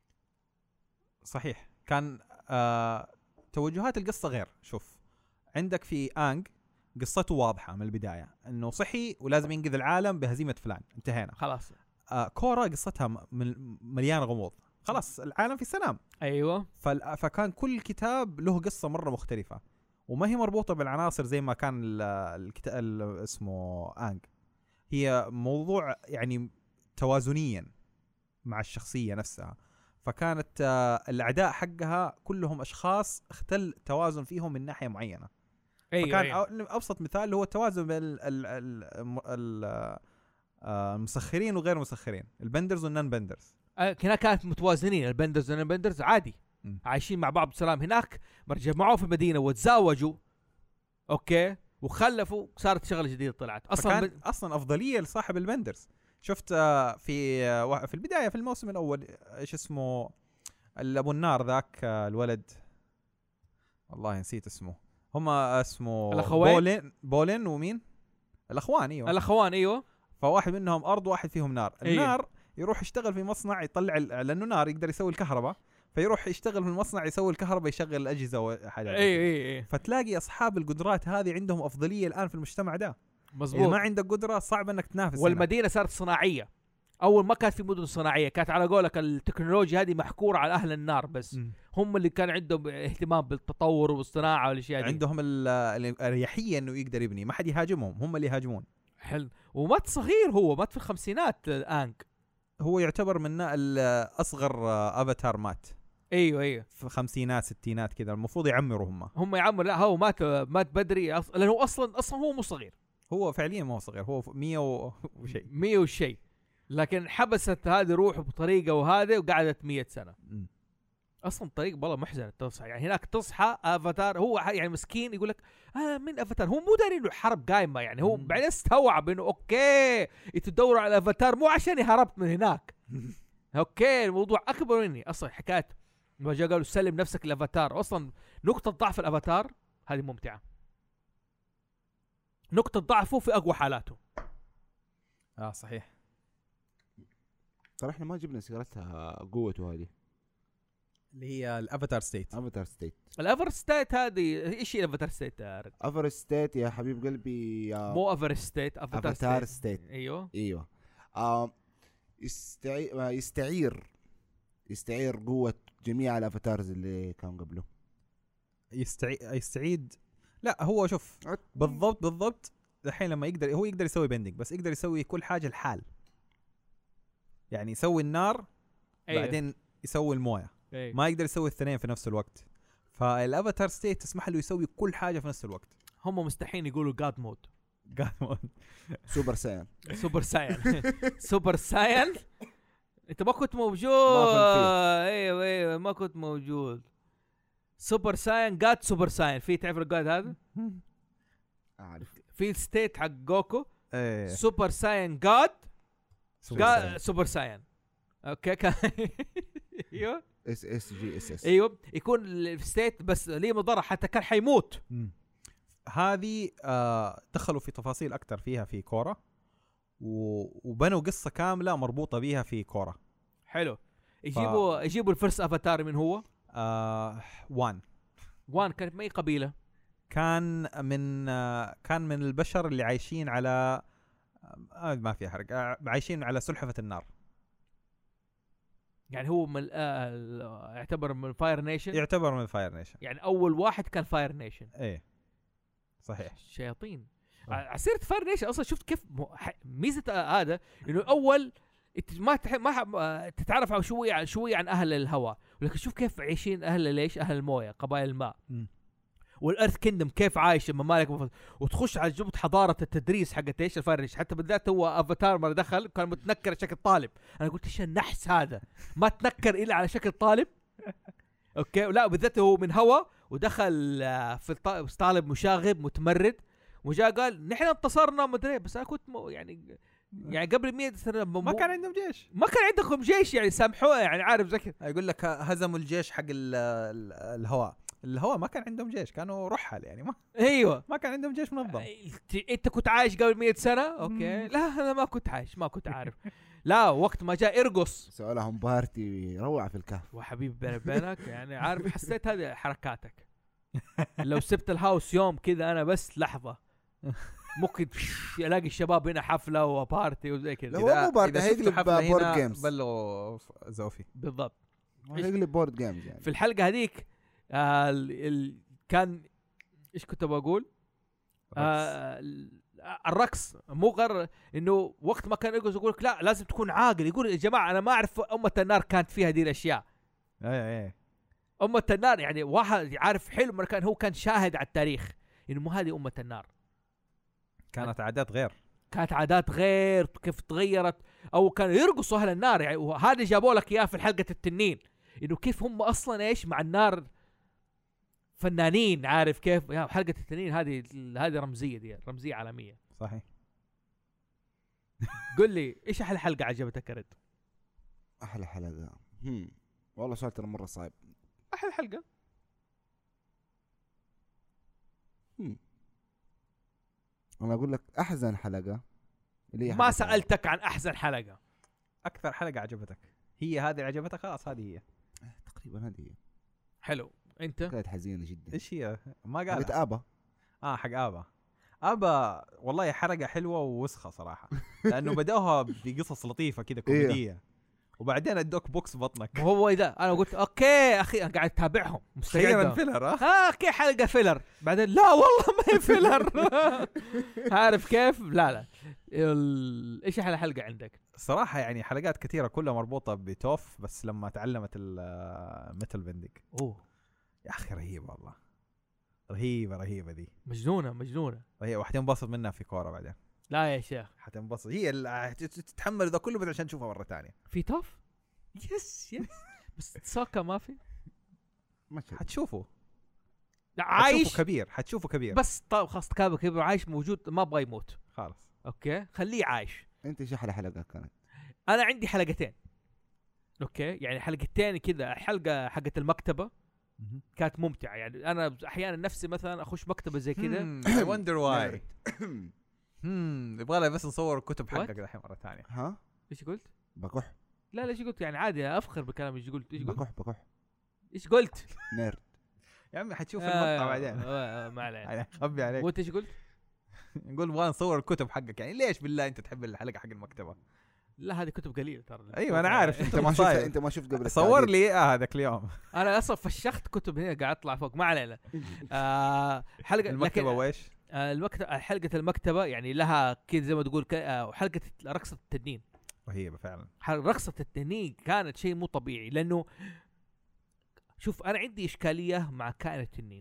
صحيح. كان آه توجهات القصه غير. شوف عندك في انج قصته واضحه من البدايه انه صحي ولازم ينقذ العالم بهزيمه فلان، انتهينا خلاص. آه كورا قصتها م- مليانه غموض، خلاص العالم في سلام. ايوه فال- فكان كل كتاب له قصه مره مختلفه وما هي مربوطه بالعناصر زي ما كان ال- الكتاب ال- اسمه انج. هي موضوع يعني توازنيا مع الشخصيه نفسها. فكانت آه الاعداء حقها كلهم اشخاص اختل توازن فيهم من ناحيه معينه. ايوه فكان أيوة. أو- ابسط مثال هو التوازن بين ال- ال- ال- ال- آه، المسخرين وغير المسخرين، البندرز والنان بندرز. آه، هنا كانت متوازنين البندرز والبندرز عادي م. عايشين مع بعض بسلام. هناك جمعوه في المدينه وتزاوجوا اوكي وخلفوا، صارت شغله جديده طلعت اصلا. فكان اصلا افضليه لصاحب البندرز. شفت آه، في آه، في البدايه في الموسم الاول ايش اسمه ابو النار ذاك آه، الولد والله نسيت اسمه. هم اسمه الأخوين؟ بولين بولين ومين الاخوان. ايوه الاخوان ايوه فواحد منهم ارض واحد فيهم نار. أيوة. النار يروح يشتغل في مصنع يطلع ال- لانه نار يقدر يسوي الكهرباء، فيروح يشتغل في المصنع يسوي الكهرباء يشغل الاجهزه وحاجات. اي اي اي فتلاقي اصحاب القدرات هذه عندهم افضليه الان في المجتمع ده. اذا مظبوط. ما عندك قدره صعب انك تنافس هنا. والمدينه صارت صناعيه. اول ما كانت في مدن صناعيه، كانت على قولك التكنولوجيا هذه محكوره على اهل النار بس. م. هم اللي كان عندهم اهتمام بالتطور والصناعه والاشياء دي. عندهم ال- ال- الاريحيه انه يقدر يبني، ما حد يهاجمهم، هم اللي يهاجمون. حلو. ومات صغير، هو مات في الخمسينات انك. هو يعتبر من ال- اصغر افاتار مات ايوه ايوه في خمسينات ستينات كذا، المفروض يعمروا هم. هم يا عم لا هو مات مات بدري أص... لانه اصلا اصلا هو مو صغير، هو فعليا ما هو صغير، هو مية و- وشيء. مية وشيء، لكن حبست هذه روحه بطريقه وهذا وقعدت مية سنه. م. اصلا طريق والله محزن تصحى، يعني هناك تصحى افاتار هو ح- يعني مسكين يقول لك آه من افاتار، هو مو داري انه حرب قايمه، يعني هو مم. بعدين استوعب انه اوكي انتوا تدوروا على افاتار مو عشان هربت من هناك. اوكي الموضوع اكبر مني اصلا. حكايه ما جا قالوا سلم نفسك الافاتار، اصلا نقطه ضعف الافاتار هذه ممتعه، نقطه ضعفه في اقوى حالاته. اه صحيح. ترى احنا ما جبنا سيرتها قوته هذه اللي هي الافاتار ستيت. افاتار ستيت. الافر ستيت هذه ايش هي الافاتار ستيت يا رد؟ افاتار ستيت يا حبيب قلبي يا مو افر ستيت، افاتار افاتار ستيت. ستيت. ايوه ايوه آه يستعي... يستعير يستعير قوة جميع الافاتارز اللي كانوا قبله. يستعيد يستعيد لا هو شوف بالضبط بالضبط الحين لما يقدر هو يقدر يسوي بندنج، بس يقدر يسوي كل حاجه الحال. يعني يسوي النار أيوة. بعدين يسوي المويه، أيوة. ما يقدر يسوي الثنين في نفس الوقت. فالافاتار ستيت تسمح له يسوي كل حاجه في نفس الوقت. هم مستحيل يقولوا جاد مود. سوبر سايان. سوبر ساين. سوبر ساين. انت ما كنت موجود. ما كنت فيه. ايوه ايوه ما كنت موجود. سوبر ساين جاد سوبر ساين، في تعرف الجاد هذا؟ اعرف في الستيت حق جوكو ايه سوبر ساين جاد سوبر جاد ساين. سوبر ساين. اوكي كان ايوه اس اس جي اس اس. ايوه يكون الستيت بس ليه مضره حتى كان حيموت. مم. هذه آه دخلوا في تفاصيل اكثر فيها في كورة و... وبنوا قصة كاملة مربوطة بيها في كورة. حلو. يجيبوا ف... يجيبوا الفيرست افاتار من هو آه وان وان كانت ما هي قبيله، كان من آه كان من البشر اللي عايشين على آه ما في حرق آه عايشين على سلحفة النار. يعني هو من آه يعتبر من فاير نيشن، يعتبر من فاير نيشن. يعني اول واحد كان فاير نيشن. ايه صحيح. شياطين. آه. على سيرة فاير نيشن اصلا شفت كيف ميزه هذا انه اول ما تح... ما تتعرف على شويه شويه عن اهل الهواء، ولكن شوف كيف عايشين اهل ليش اهل المويه قبائل الماء م. والارث كيندم كيف عايشه ممالك مفضل. وتخش على جبهه حضاره التدريس حقت ايش الفارش، حتى بالذات هو افاتار ما دخل كان متنكر شكل طالب. انا قلت ايش النحس هذا ما تنكر الا على شكل طالب. اوكي لا بالذات هو من هوا ودخل في طالب مشاغب متمرد وجاء قال نحن انتصرنا مدري، بس انا كنت يعني يعني قبل مية سنه ما كان عندهم جيش، ما كان عندكم جيش يعني سامحوه يعني عارف زي كذا. يقول لك هزموا الجيش حق ال ال الهواء الهواء ما كان عندهم جيش، كانوا رحل يعني ما ايوه ما كان عندهم جيش منظم. انت كنت عايش قبل مية سنه اوكي لا انا ما كنت عايش ما كنت عارف. لا وقت ما جاء ارقص سؤالهم بارتي روعه في الكهف. وحبيب بيني وبينك يعني عارف حسيت هذه حركاتك. لو سبت الهاوس يوم كذا انا بس لحظه ممكن الاقي الشباب هنا حفله وبارتي وزي كذا. هو مو بارتي هيقلب بورد جيمز بلو زوفي بالضبط هيقلب بورد جيمز يعني. في الحلقه هذيك آه ال ال كان ايش كنت بقول آه الرقص مو غير انه وقت ما كان يقول يقول لك لا لازم تكون عاقل. يقول يا جماعه انا ما اعرف امه النار كانت فيها دي الاشياء. اي اي امه النار يعني واحد عارف حلو ما كان هو كان شاهد على التاريخ انه مو هذه امه النار. كانت عادات غير كانت عادات غير كيف تغيرت او كانوا يرقصوا اهل النار يعني. وهذا جابوا لك اياه في حلقه التنين انه كيف هم اصلا ايش مع النار فنانين عارف كيف. يا حلقه التنين هذه هذه رمزيه دي رمزيه عالميه صحيح. قل لي ايش احلى حلقه عجبتك يا رد؟ احلى حلقه هم والله سؤال ترى مره صعب. احلى حلقه هم انا اقول لك احزن حلقه اللي هي ما حلقة سالتك عن احسن حلقه. اكثر حلقه عجبتك هي هذه اللي عجبتك خلاص هي هي تقريبا هذه هي. حلو انت كانت حزينه جدا. ايش هي ما قال حلقة ابا اه حق ابا ابا والله حلقه حلوه ووسخه صراحه لانه بداوها بقصص لطيفه كذا كوميديه وبعدين ادوك بوكس بطنك. وهو اذا انا قلت اوكي اخي انا قاعد اتابعهم خيرا فيلر ها ها اوكي حلقه فيلر بعدين لا والله ما هي فيلر. عارف كيف لا لا ال... ايش احلى حلقه عندك؟ صراحه يعني حلقات كثيره كلها مربوطه بتوف بس لما تعلمت الميتال بندنج اوه يا اخي رهيبه والله رهيبه رهيبه دي مجنونه مجنونه رهيبه وحتنبسط منها في كوره بعدين. لا يا شيخ حتنبسط هي اللي تتحمل ذا كله بس عشان تشوفها مره ثانيه. في توف يس يس بس سوكا ما في ما شفت. حتشوفه لا عايش حتشوفه كبير حتشوفه كبير بس طيب خلاص كابو كبير عايش موجود ما ابغى يموت خلاص اوكي خليه عايش. انت ايش احلى حلقه كانت؟ انا عندي حلقتين اوكي يعني حلقتين كذا. حلقه حقت المكتبه كانت ممتعه يعني. انا احيانا نفسي مثلا اخش مكتبه زي كذا اي وندر واي امم يبغى لي بس نصور كتب حقك الحين مره ثانيه. ها ايش قلت؟ بكح لا لا ايش قلت يعني عادي افخر بكلام ايش قلت ايش قلت بكح بكح ايش قلت نيرد يا عمي حتشوف المقطع آه بعدين آه ما علينا يعني خبي عليك. وانت ايش قلت؟ نقول نبغى نصور الكتب حقك يعني ليش بالله انت تحب الحلقه حق المكتبه؟ لا هذه كتب قليله ترى. ايوه انا عارف انت ما شفت انت ما شفت قبل صور لي اياه هذاك اليوم. انا اصلا فشخت كتب هنا قاعد اطلع فوق ما علينا. آه حلقه المكتبه وايش؟ آه المكتبه حلقه المكتبه يعني لها كذا زي ما تقول آه حلقه رقصه التنين رهيبه فعلا. رقصه التنين كانت شيء مو طبيعي لانه شوف انا عندي اشكاليه مع كائن التنين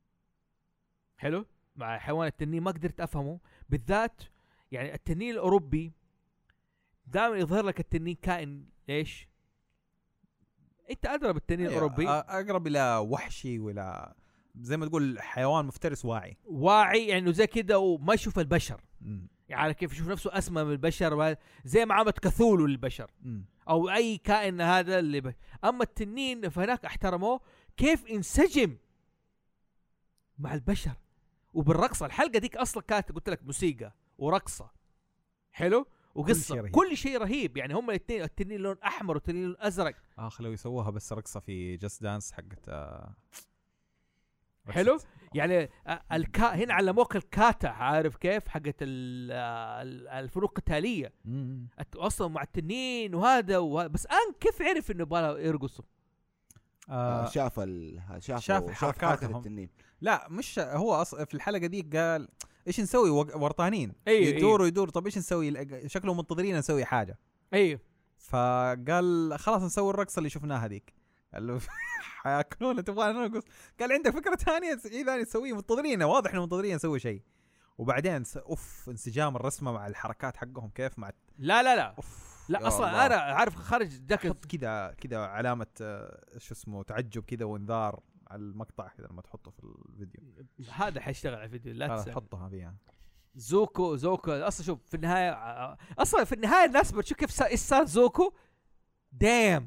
حلو مع حيوان التنين ما قدرت افهمه بالذات يعني التنين الاوروبي دائما يظهر لك التنين كائن ايش انت ادرى بالتنين أيوة، الاوروبي. أ- اقرب الى وحشي ولا زي ما تقول حيوان مفترس واعي. واعي يعني زي كده وما يشوف البشر، مم. يعني كيف يشوف نفسه اسمى من البشر، زي ما عملت كثولو للبشر مم. او اي كائن هذا اللي ب... اما التنين فهناك احترموه كيف انسجم مع البشر وبالرقصه. الحلقه ديك اصلا كانت قلت لك موسيقى ورقصه حلو وقصه، كل شيء رهيب. كل شيء رهيب. يعني هم الاثنين، التنين لون احمر والتنين لون ازرق. اه خلوا يسووها بس رقصه في جاست دانس حقت آه حلو. رقصة. يعني آه، الكا هنا علموك الكاتا، عارف كيف حقت ال- آه، ال- الفنون القتاليه مم. الت- اصلا مع التنين وهذا وه... بس ان كيف عرف انه يبغى يرقصوا؟ آه آه شاف ال... شاف شاف شاف حركاتهم. حركة التنين. لا مش هو أص... في الحلقه دي قال ايش نسوي وق- ورطانين أيوه، يدوروا يدور طب ايش نسوي شكلهم منتظرين نسوي حاجه. ايوه فقال خلاص نسوي الرقصه اللي شفناها هذيك. قال له حياكلونا تبغى نرقص. قال عندك فكره ثانيه شيء ثاني نسويه منتظرين واضح انه منتظرين نسوي شيء. وبعدين س... اوف انسجام الرسمه مع الحركات حقهم كيف مع لا لا لا اوف لا يا اصلا الله. انا عارف خارج ذاك حط كذا كذا علامه آه، شو اسمه تعجب كذا وانذار على المقطع كذا لما تحطه في الفيديو. هذا حيشتغل على الفيديو لا خلاص تسأل. حطها فيها. زوكو زوكو اصلا شوف في النهايه اصلا في النهايه الناس بتشوف كيف صار- ايش صار زوكو. دام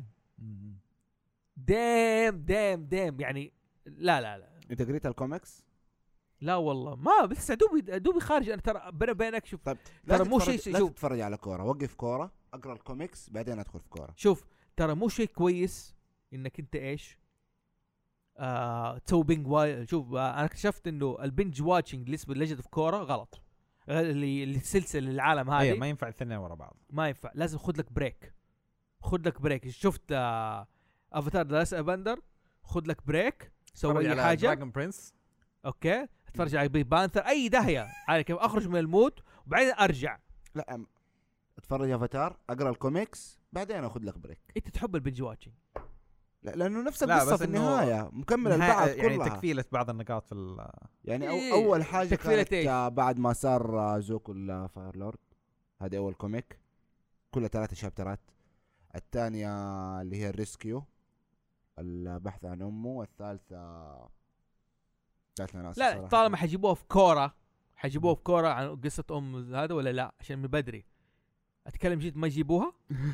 دام دام دام يعني لا لا لا انت قريت الكوميكس؟ لا والله ما بس دوبي دوبي خارج. انا ترى بيني وبينك شوف طيب ترى لا مو تتفرج- شيء- لا شوف. تتفرج على كوره، وقف كوره اقرا الكوميكس بعدين ادخل في كوره. شوف ترى مو شيء كويس انك انت ايش آه تسوي بينج واي. شوف آه انا اكتشفت انه البنج واتشنج اللي اسمه ليجند في كوره غلط. اللي اللي السلسله العالم هذه ايوه ما ينفع الاثنين ورا بعض. ما ينفع، لازم خذ لك بريك. خذ لك بريك. شفت آه افاتار ذا لاست ايبندر، خذ لك بريك سوي اي حاجه دراجون برنس. اوكي اتفرج على بي بانثر اي داهيه عارف كيف اخرج من المود وبعدين ارجع. لا أم- اتفرج افاتار اقرا الكوميكس بعدين اخذ لك بريك. انت تحب البنج واتشنج. لا لانه نفس لا، القصه بس في إنه النهايه مكمل نهاية- البعض يعني كلها. تكفيله بعض النقاط في ال- يعني أو إيه، اول حاجه تكفيلة كانت إيش؟ آه، بعد ما صار آه، زوكو الفاير لورد. هذه اول كوميك كلها ثلاثة شابترات. الثانيه اللي هي الريسكيو البحث عن امه. والثالثه الثالثه ناس لا صراحة. طالما حيجيبوها في كوره حيجيبوها في كوره عن قصه ام هذا ولا لا؟ عشان من بدري اتكلم جد ما يجيبوها.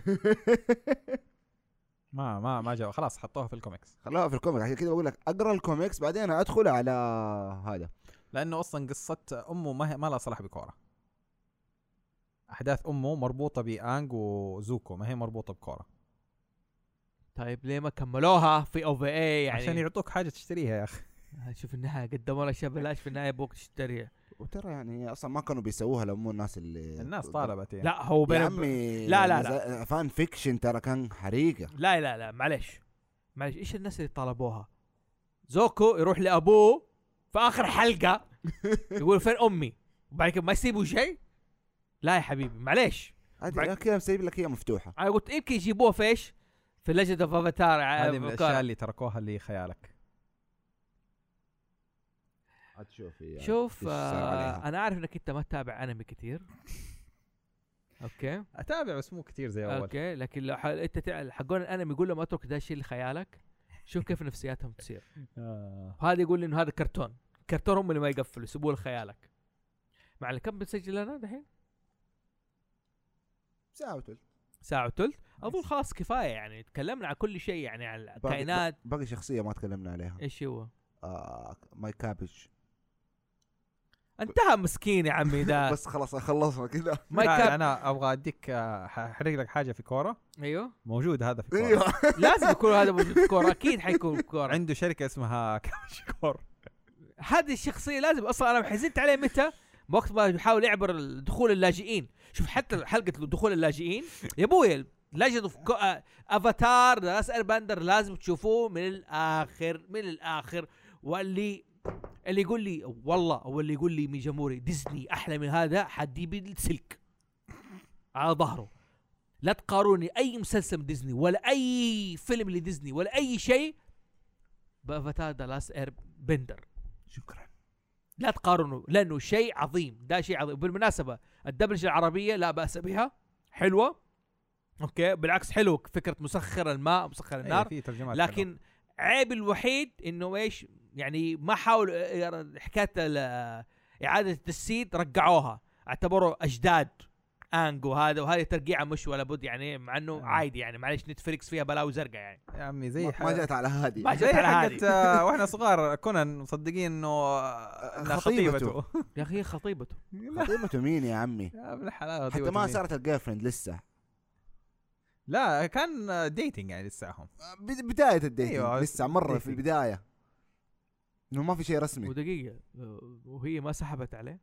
ما ما ما جاء خلاص حطوها في الكوميكس. خلاها في الكوميك. عشان كذا بقول لك اقرا الكوميكس بعدين ادخل على هذا. لانه اصلا قصه امه ما هي ما لها صلاح بكوره. احداث امه مربوطه بانج وزوكو ما هي مربوطه بكوره. طيب ليه ما كملوها في او في اي يعني؟ عشان يعطوك حاجه تشتريها يا اخي. شوف النهايه قدموا لها اشياء بلاش في النهايه ابوك تشتريها. وترى يعني اصلا ما كانوا بيسووها لو مو الناس اللي الناس طالبت يعني. لا هو يا بين عمي لا، لا، لا فان فيكشن ترى كان حريقه. لا لا لا معلش معلش ايش الناس اللي طلبوها؟ زوكو يروح لابوه في اخر حلقه يقول فين امي وبعد كده ما يسيبوا شيء. لا يا حبيبي معلش. هذه كذا مسيب لك هي مفتوحه. انا قلت يمكن يجيبوها في ايش؟ في ليجند اوف افاتار. هذه من الاشياء اللي تركوها اللي خيالك. هتشوفي شوف إيش صار آه عليها. انا عارف انك انت ما تتابع انمي كثير. اوكي اتابع بس مو كثير زي اول. اوكي لكن لو ح... انت تع... حقون الانمي يقول لهم اترك ده الشيء لخيالك. شوف كيف نفسياتهم تصير. آه. هذا يقول لي انه هذا كرتون. كرتون هم اللي ما يقفلوا يسيبوه لخيالك. مع كم بتسجل لنا دحين؟ ساعه وثلث. ساعة وثلث. اظن خلاص كفايه يعني تكلمنا عن كل شيء يعني عن الكائنات. باقي شخصيه ما تكلمنا عليها. ايش هو؟ آه ماي كابج. انتهى مسكين يا عمي ده. بس خلاص خلصنا كذا. ماي لا، كاب انا ابغى اديك آه، احرق لك حاجه في كوره. ايوه موجود هذا في كوره. ايوه لازم يكون هذا موجود في كوره. اكيد حيكون في كوره. عنده شركه اسمها كابش كور. هذه الشخصية لازم اصلا انا حزنت عليه متى؟ وقت ما يحاول يعبر دخول اللاجئين. شوف حتى حلقة دخول اللاجئين يا ابوي ليجند اوف افاتار ذا لاست ايربندر لازم تشوفوه من الاخر من الاخر. واللي اللي يقول لي والله او اللي يقول لي ميجاموري ديزني احلى من هذا حدي بالسلك على ظهره. لا تقاروني اي مسلسل من ديزني ولا اي فيلم لديزني ولا اي شيء بافاتار ذا لاست ايربندر. شكرا. لا تقارنوا لانه شيء عظيم. ده شيء عظيم. بالمناسبه الدبلجه العربيه لا باس بها حلوه اوكي بالعكس حلو فكره مسخر الماء مسخر أيوة النار، في ترجمات لكن عيب الوحيد انه ايش يعني ما حاولوا حكايه ال- اعاده التجسيد، رجعوها اعتبروا اجداد انج وهذا وهذه ترقيعه مش ولا بد يعني، مع انه آه. عادي يعني معلش نتفليكس فيها بلاوي زرقاء يعني. يا عمي زي ما- ما جات على هذه. ما زي جت على حقت هذه. آه، واحنا صغار كنا مصدقين انه إنها خطيبته. خطيبته. يا اخي خطيبته خطيبته مين يا عمي؟ يا ابن الحلال حتى خطيبته ما مين؟ صارت الجير فريند لسه. لا كان ديتنج يعني لساهم. بد- بداية الديتنج أيوة، لسه مرة في dating. البداية، انه ما في شيء رسمي. ودقيقه وهي ما سحبت عليه.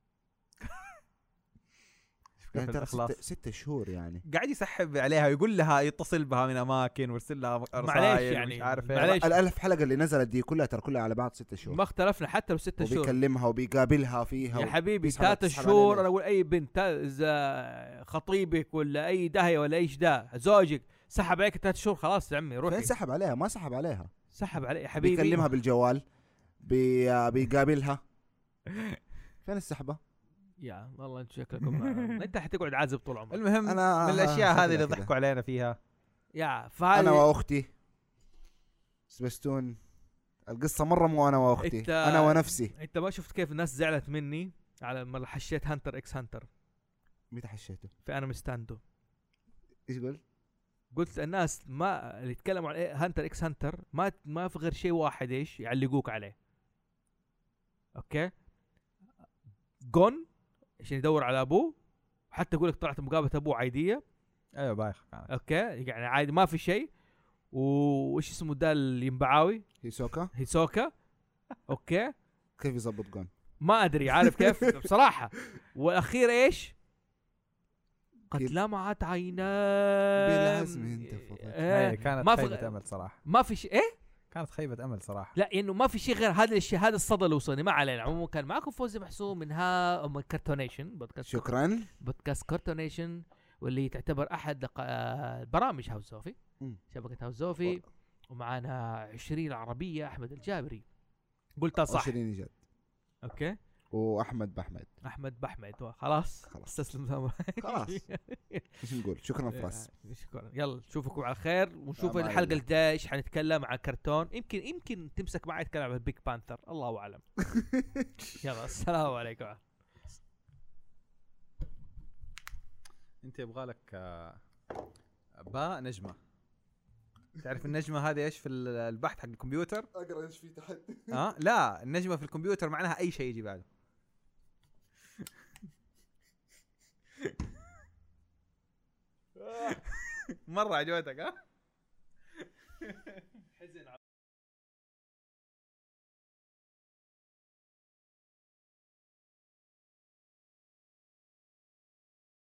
يعني في ترى الإخلاص. ستة, ستة شهور يعني. قاعد يسحب عليها ويقول لها يتصل بها من اماكن ويرسل لها رسائل معليش يعني، مش عارف إيه. معليش. الألف حلقة اللي نزلت دي كلها ترى كلها على بعض ستة شهور. ما اختلفنا حتى لو ستة شهور وبيكلمها وبيقابلها فيها يا و- حبيبي. بيسحب- ثلاثة بتسحب شهور عليه انا اقول اي بنت تا- اذا خطيبك ولا اي داهيه ولا ايش ده زوجك سحب عليك ثلاث شهور خلاص يا عمي فين روحي. سحب عليها؟ ما سحب عليها. سحب علي يا حبيبي. بيكلمها بالجوال، بي... بيقابلها. فين السحبة؟ يا والله انت شكلكم انت حتقعد عازب طول عمرك. المهم أنا من الاشياء شكلها هذه اللي كده. ضحكوا علينا فيها. يا فهذه انا واختي سبستون. القصة مرة مو انا واختي، إنت- انا ونفسي. انت ما شفت كيف الناس زعلت مني على لما حشيت هانتر اكس هانتر متى حشيته؟ في انمي ستاندو. ايش قلت؟ قلت الناس ما اللي يتكلموا عن إيه هانتر اكس هانتر ما ما في غير شيء واحد ايش يعلقوك عليه. اوكي جون عشان يدور على ابوه، حتى يقول لك طلعت مقابله ابوه عاديه. ايوه بايخ كانت. اوكي يعني عادي ما في شيء. وش اسمه ده اليمبعاوي هيسوكا هيسوكا. اوكي كيف يظبط جون؟ ما ادري عارف كيف بصراحه. والاخير ايش؟ قد كيف؟ لمعت عيناه بالعزم انت فضلت. آه أي كانت ما في خيبة غ- امل صراحة. ما في شيء ايه. كانت خيبة امل صراحة. لا انه ما في شيء غير هذا الشيء، هذا الصدى اللي وصلني. ما علينا. عموما كان معكم فوزي محسوم من ها من كرتونيشن بودكاست شكرا. بودكاست كرتونيشن، واللي تعتبر احد لق- آه، برامج هاوس زوفي، مم. شبكه هاوس زوفي. ومعانا عشرين العربيه احمد الجابري. قلتها صح. عشرين جد. اوكي واحمد باحمد. احمد باحمد خلاص خلاص. استسلم ثمر. خلاص. ايش نقول؟ شكرا فراس. شكرا. يلا نشوفكم على خير، ونشوف أمان الحلقه الله. الجايه ايش حنتكلم عن كرتون. يمكن يمكن تمسك معي تتكلم عن بيج بانثر، الله اعلم. يلا السلام عليكم. انت يبغى لك آه، باء نجمة. تعرف النجمة هذه ايش في ال- البحث حق الكمبيوتر؟ اقرا ايش في تحت. ها لا النجمة في الكمبيوتر معناها اي شيء يجي بعده. مرة عجبتك ها؟